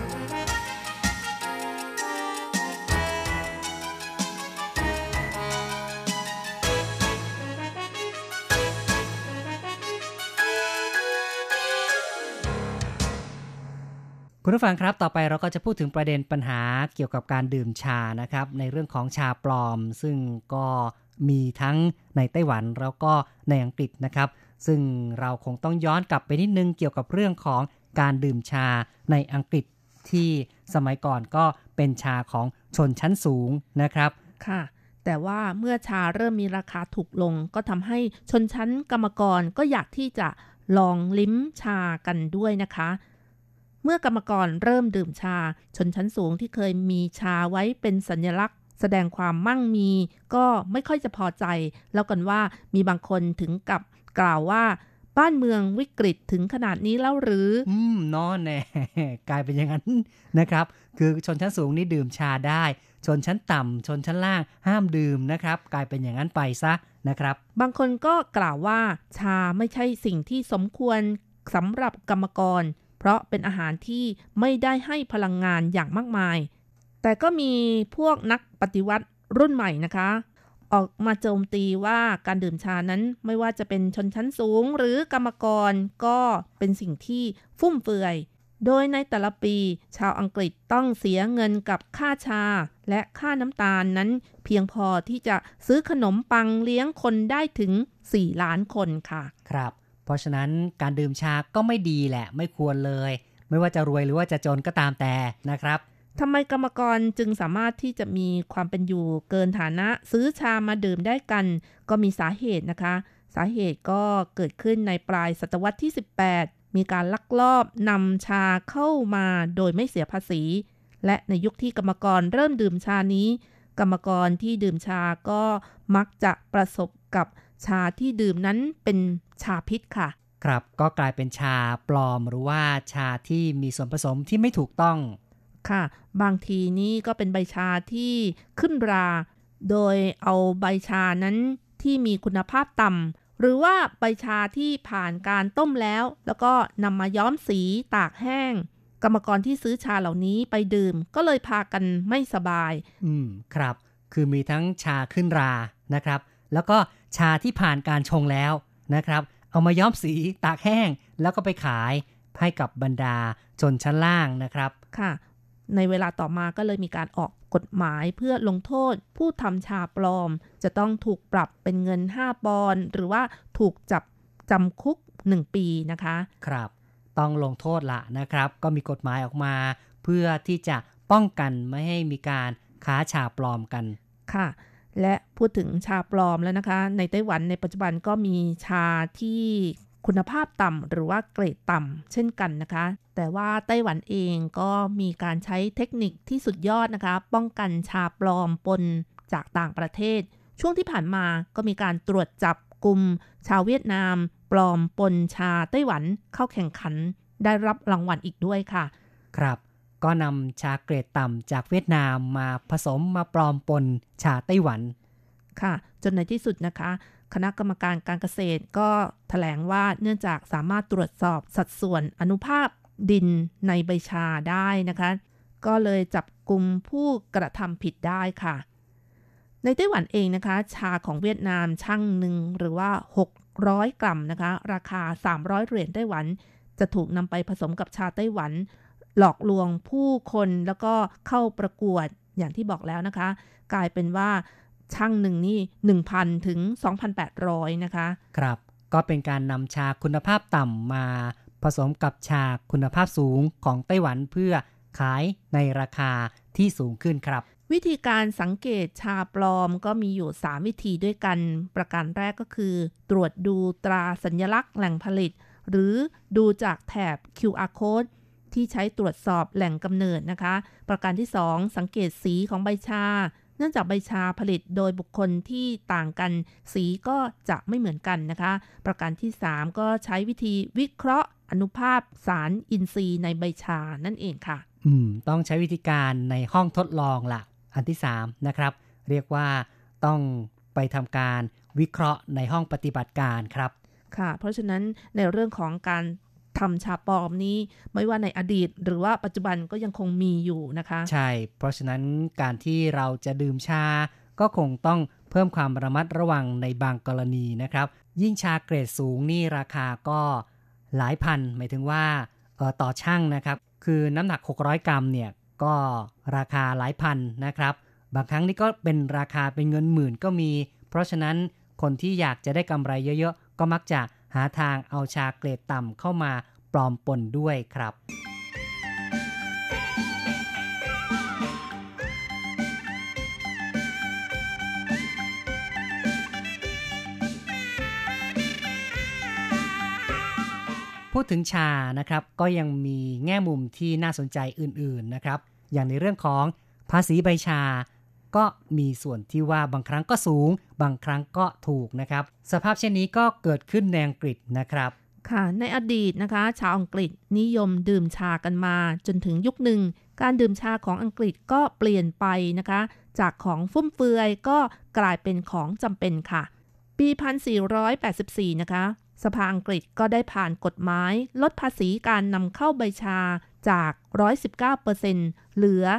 คุณผู้ฟังครับต่อไปเราก็จะพูดถึงประเด็นปัญหาเกี่ยวกับการดื่มชานะครับในเรื่องของชาปลอมซึ่งก็มีทั้งในไต้หวันแล้วก็ในอังกฤษนะครับซึ่งเราคงต้องย้อนกลับไปนิดนึงเกี่ยวกับเรื่องของการดื่มชาในอังกฤษที่สมัยก่อนก็เป็นชาของชนชั้นสูงนะครับค่ะแต่ว่าเมื่อชาเริ่มมีราคาถูกลงก็ทำให้ชนชั้นกรรมกรก็อยากที่จะลองลิ้มชากันด้วยนะคะเมื่อกรรมกรเริ่มดื่มชาชนชั้นสูงที่เคยมีชาไว้เป็นสัญลักษณ์แสดงความมั่งมีก็ไม่ค่อยจะพอใจแล้วกันว่ามีบางคนถึงกับกล่าวว่าบ้านเมืองวิกฤตถึงขนาดนี้แล้วหรือนอนแน่กลายเป็นอย่างนั้นนะครับคือชนชั้นสูงนี่ดื่มชาได้ชนชั้นต่ำชนชั้นล่างห้ามดื่มนะครับกลายเป็นอย่างนั้นไปซะนะครับบางคนก็กล่าวว่าชาไม่ใช่สิ่งที่สมควรสำหรับกรรมกรเพราะเป็นอาหารที่ไม่ได้ให้พลังงานอย่างมากมายแต่ก็มีพวกนักปฏิวัติรุ่นใหม่นะคะออกมาโจมตีว่าการดื่มชานั้นไม่ว่าจะเป็นชนชั้นสูงหรือกรรมกรก็เป็นสิ่งที่ฟุ่มเฟือยโดยในแต่ละปีชาวอังกฤษต้องเสียเงินกับค่าชาและค่าน้ำตาลนั้นเพียงพอที่จะซื้อขนมปังเลี้ยงคนได้ถึง4 ล้านคนค่ะครับเพราะฉะนั้นการดื่มชาก็ไม่ดีแหละไม่ควรเลยไม่ว่าจะรวยหรือว่าจะจนก็ตามแต่นะครับทำไมกรรมกรจึงสามารถที่จะมีความเป็นอยู่เกินฐานะซื้อชามาดื่มได้กันก็มีสาเหตุนะคะสาเหตุก็เกิดขึ้นในปลายศตวรรษที่18มีการลักลอบนำชาเข้ามาโดยไม่เสียภาษีและในยุคที่กรรมกรเริ่มดื่มชานี้กรรมกรที่ดื่มชาก็มักจะประสบกับชาที่ดื่มนั้นเป็นชาพิษค่ะครับก็กลายเป็นชาปลอมหรือว่าชาที่มีส่วนผสมที่ไม่ถูกต้องค่ะบางทีนี่ก็เป็นใบชาที่ขึ้นราโดยเอาใบชานั้นที่มีคุณภาพต่ำหรือว่าใบชาที่ผ่านการต้มแล้วก็นำมาย้อมสีตากแห้งกรรมกรที่ซื้อชาเหล่านี้ไปดื่มก็เลยพากันไม่สบายครับคือมีทั้งชาขึ้นรานะครับแล้วก็ชาที่ผ่านการชงแล้วนะครับเอามาย้อมสีตากแห้งแล้วก็ไปขายให้กับบรรดาชนชั้นล่างนะครับค่ะในเวลาต่อมาก็เลยมีการออกกฎหมายเพื่อลงโทษผู้ทำชาปลอมจะต้องถูกปรับเป็นเงิน5 ปอนด์หรือว่าถูกจับจำคุก1 ปีนะคะครับต้องลงโทษละนะครับก็มีกฎหมายออกมาเพื่อที่จะป้องกันไม่ให้มีการค้าชาปลอมกันค่ะและพูดถึงชาปลอมแล้วนะคะในไต้หวันในปัจจุบันก็มีชาที่คุณภาพต่ำหรือว่าเกรดต่ำเช่นกันนะคะแต่ว่าไต้หวันเองก็มีการใช้เทคนิคที่สุดยอดนะคะป้องกันชาปลอมปนจากต่างประเทศช่วงที่ผ่านมาก็มีการตรวจจับกลุ่มชาวเวียดนามปลอมปนชาไต้หวันเข้าแข่งขันได้รับรางวัลอีกด้วยค่ะครับก็นำชาเกรดต่ำจากเวียดนามมาผสมมาปลอมปนชาไต้หวันค่ะจนในที่สุดนะคะคณะกรรมการการเกษตรก็แถลงว่าเนื่องจากสามารถตรวจสอบสัดส่วนอนุภาคดินในใบชาได้นะคะก็เลยจับกุมผู้กระทำผิดได้ค่ะในไต้หวันเองนะคะชาของเวียดนามชั่งหนึ่งหรือว่า600 กรัมนะคะราคา300 เหรียญไต้หวันจะถูกนำไปผสมกับชาไต้หวันหลอกลวงผู้คนแล้วก็เข้าประกวดอย่างที่บอกแล้วนะคะกลายเป็นว่าช่างหนึ่งนี่ 1,000 ถึง 2,800 นะคะครับก็เป็นการนำชาคุณภาพต่ำมาผสมกับชาคุณภาพสูงของไต้หวันเพื่อขายในราคาที่สูงขึ้นครับวิธีการสังเกตชาปลอมก็มีอยู่3วิธีด้วยกันประการแรกก็คือตรวจดูตราสัญลักษณ์แหล่งผลิตหรือดูจากแถบ QR code ที่ใช้ตรวจสอบแหล่งกำเนิดนะคะประการที่2สังเกตสีของใบชาเนื่องจากใบชาผลิตโดยบุคคลที่ต่างกันสีก็จะไม่เหมือนกันนะคะประการที่3ก็ใช้วิธีวิเคราะห์อนุภาพสารอินทรีย์ในใบชานั่นเองค่ะต้องใช้วิธีการในห้องทดลองล่ะอันที่3นะครับเรียกว่าต้องไปทำการวิเคราะห์ในห้องปฏิบัติการครับค่ะเพราะฉะนั้นในเรื่องของการทำชาปลอมนี้ไม่ว่าในอดีตหรือว่าปัจจุบันก็ยังคงมีอยู่นะคะใช่เพราะฉะนั้นการที่เราจะดื่มชาก็คงต้องเพิ่มความระมัดระวังในบางกรณีนะครับยิ่งชาเกรดสูงนี่ราคาก็หลายพันหมายถึงว่าต่อชั่งนะครับคือน้ำหนัก600กรัมเนี่ยก็ราคาหลายพันนะครับบางครั้งนี่ก็เป็นราคาเป็นเงินหมื่นก็มีเพราะฉะนั้นคนที่อยากจะได้กำไรเยอะๆก็มักจะหาทางเอาชาเกรดต่ำเข้ามาปลอมปนด้วยครับพูดถึงชานะครับก็ยังมีแง่มุมที่น่าสนใจอื่นๆนะครับอย่างในเรื่องของภาษีใบชาก็มีส่วนที่ว่าบางครั้งก็สูงบางครั้งก็ถูกนะครับสภาพเช่นนี้ก็เกิดขึ้นในอังกฤษนะครับค่ะในอดีตนะคะชาวอังกฤษนิยมดื่มชากันมาจนถึงยุคหนึ่งการดื่มชาของอังกฤษก็เปลี่ยนไปนะคะจากของฟุ่มเฟือยก็กลายเป็นของจำเป็นค่ะปี 1484 นะคะสภาอังกฤษก็ได้ผ่านกฎหมายลดภาษีการนำเข้าใบชาจาก 119% เหลือ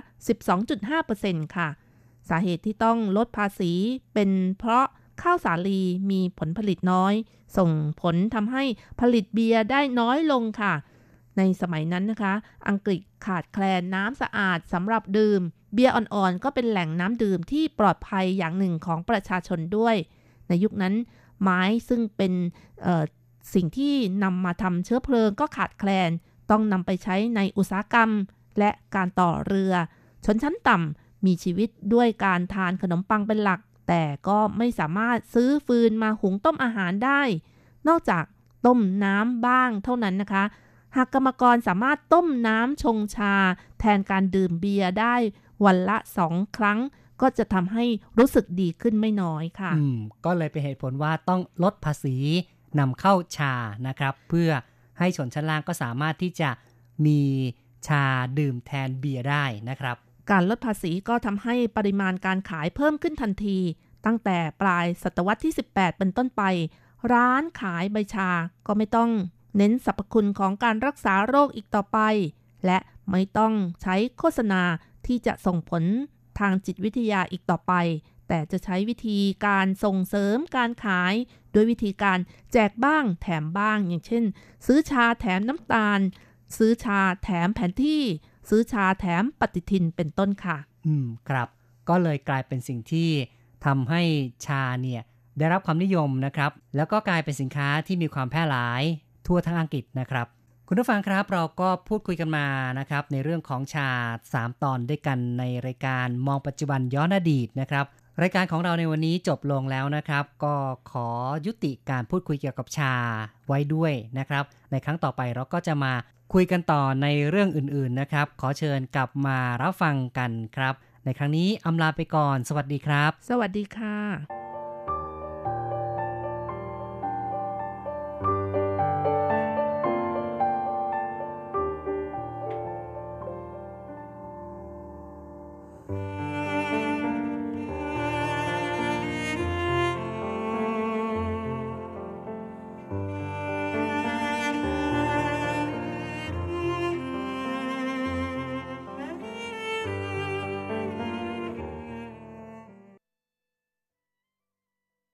12.5% ค่ะสาเหตุที่ต้องลดภาษีเป็นเพราะข้าวสาลีมีผลผลิตน้อยส่งผลทำให้ผลิตเบียร์ได้น้อยลงค่ะในสมัยนั้นนะคะอังกฤษขาดแคลนน้ำสะอาดสำหรับดื่มเบียร์อ่อนๆก็เป็นแหล่งน้ำดื่มที่ปลอดภัยอย่างหนึ่งของประชาชนด้วยในยุคนั้นไม้ซึ่งเป็นสิ่งที่นำมาทำเชื้อเพลิงก็ขาดแคลนต้องนำไปใช้ในอุตสาหกรรมและการต่อเรือชนชั้นต่ำมีชีวิตด้วยการทานขนมปังเป็นหลักแต่ก็ไม่สามารถซื้อฟืนมาหุงต้มอาหารได้นอกจากต้มน้ำบ้างเท่านั้นนะคะหากกรรมกรสามารถต้มน้ำชงชาแทนการดื่มเบียร์ได้วันละ2 ครั้งก็จะทำให้รู้สึกดีขึ้นไม่น้อยค่ะก็เลยเป็นเหตุผลว่าต้องลดภาษีนำเข้าชานะครับเพื่อให้ชนชั้นล่างก็สามารถที่จะมีชาดื่มแทนเบียร์ได้นะครับการลดภาษีก็ทำให้ปริมาณการขายเพิ่มขึ้นทันทีตั้งแต่ปลายศตวรรษที่18เป็นต้นไปร้านขายใบชาก็ไม่ต้องเน้นสรรพคุณของการรักษาโรคอีกต่อไปและไม่ต้องใช้โฆษณาที่จะส่งผลทางจิตวิทยาอีกต่อไปแต่จะใช้วิธีการส่งเสริมการขายโดยวิธีการแจกบ้างแถมบ้างอย่างเช่นซื้อชาแถมน้ำตาลซื้อชาแถมแผนที่ซื้อชาแถมปฏิทินเป็นต้นค่ะครับก็เลยกลายเป็นสิ่งที่ทำให้ชาเนี่ยได้รับความนิยมนะครับแล้วก็กลายเป็นสินค้าที่มีความแพร่หลายทั่วทั้งอังกฤษนะครับคุณผู้ฟังครับเราก็พูดคุยกันมานะครับในเรื่องของชา3ตอนด้วยกันในรายการมองปัจจุบันย้อนอดีตนะครับรายการของเราในวันนี้จบลงแล้วนะครับก็ขอยุติการพูดคุยเกี่ยวกับชาไว้ด้วยนะครับในครั้งต่อไปเราก็จะมาคุยกันต่อในเรื่องอื่นๆนะครับขอเชิญกลับมารับฟังกันครับในครั้งนี้อำลาไปก่อนสวัสดีครับสวัสดีค่ะ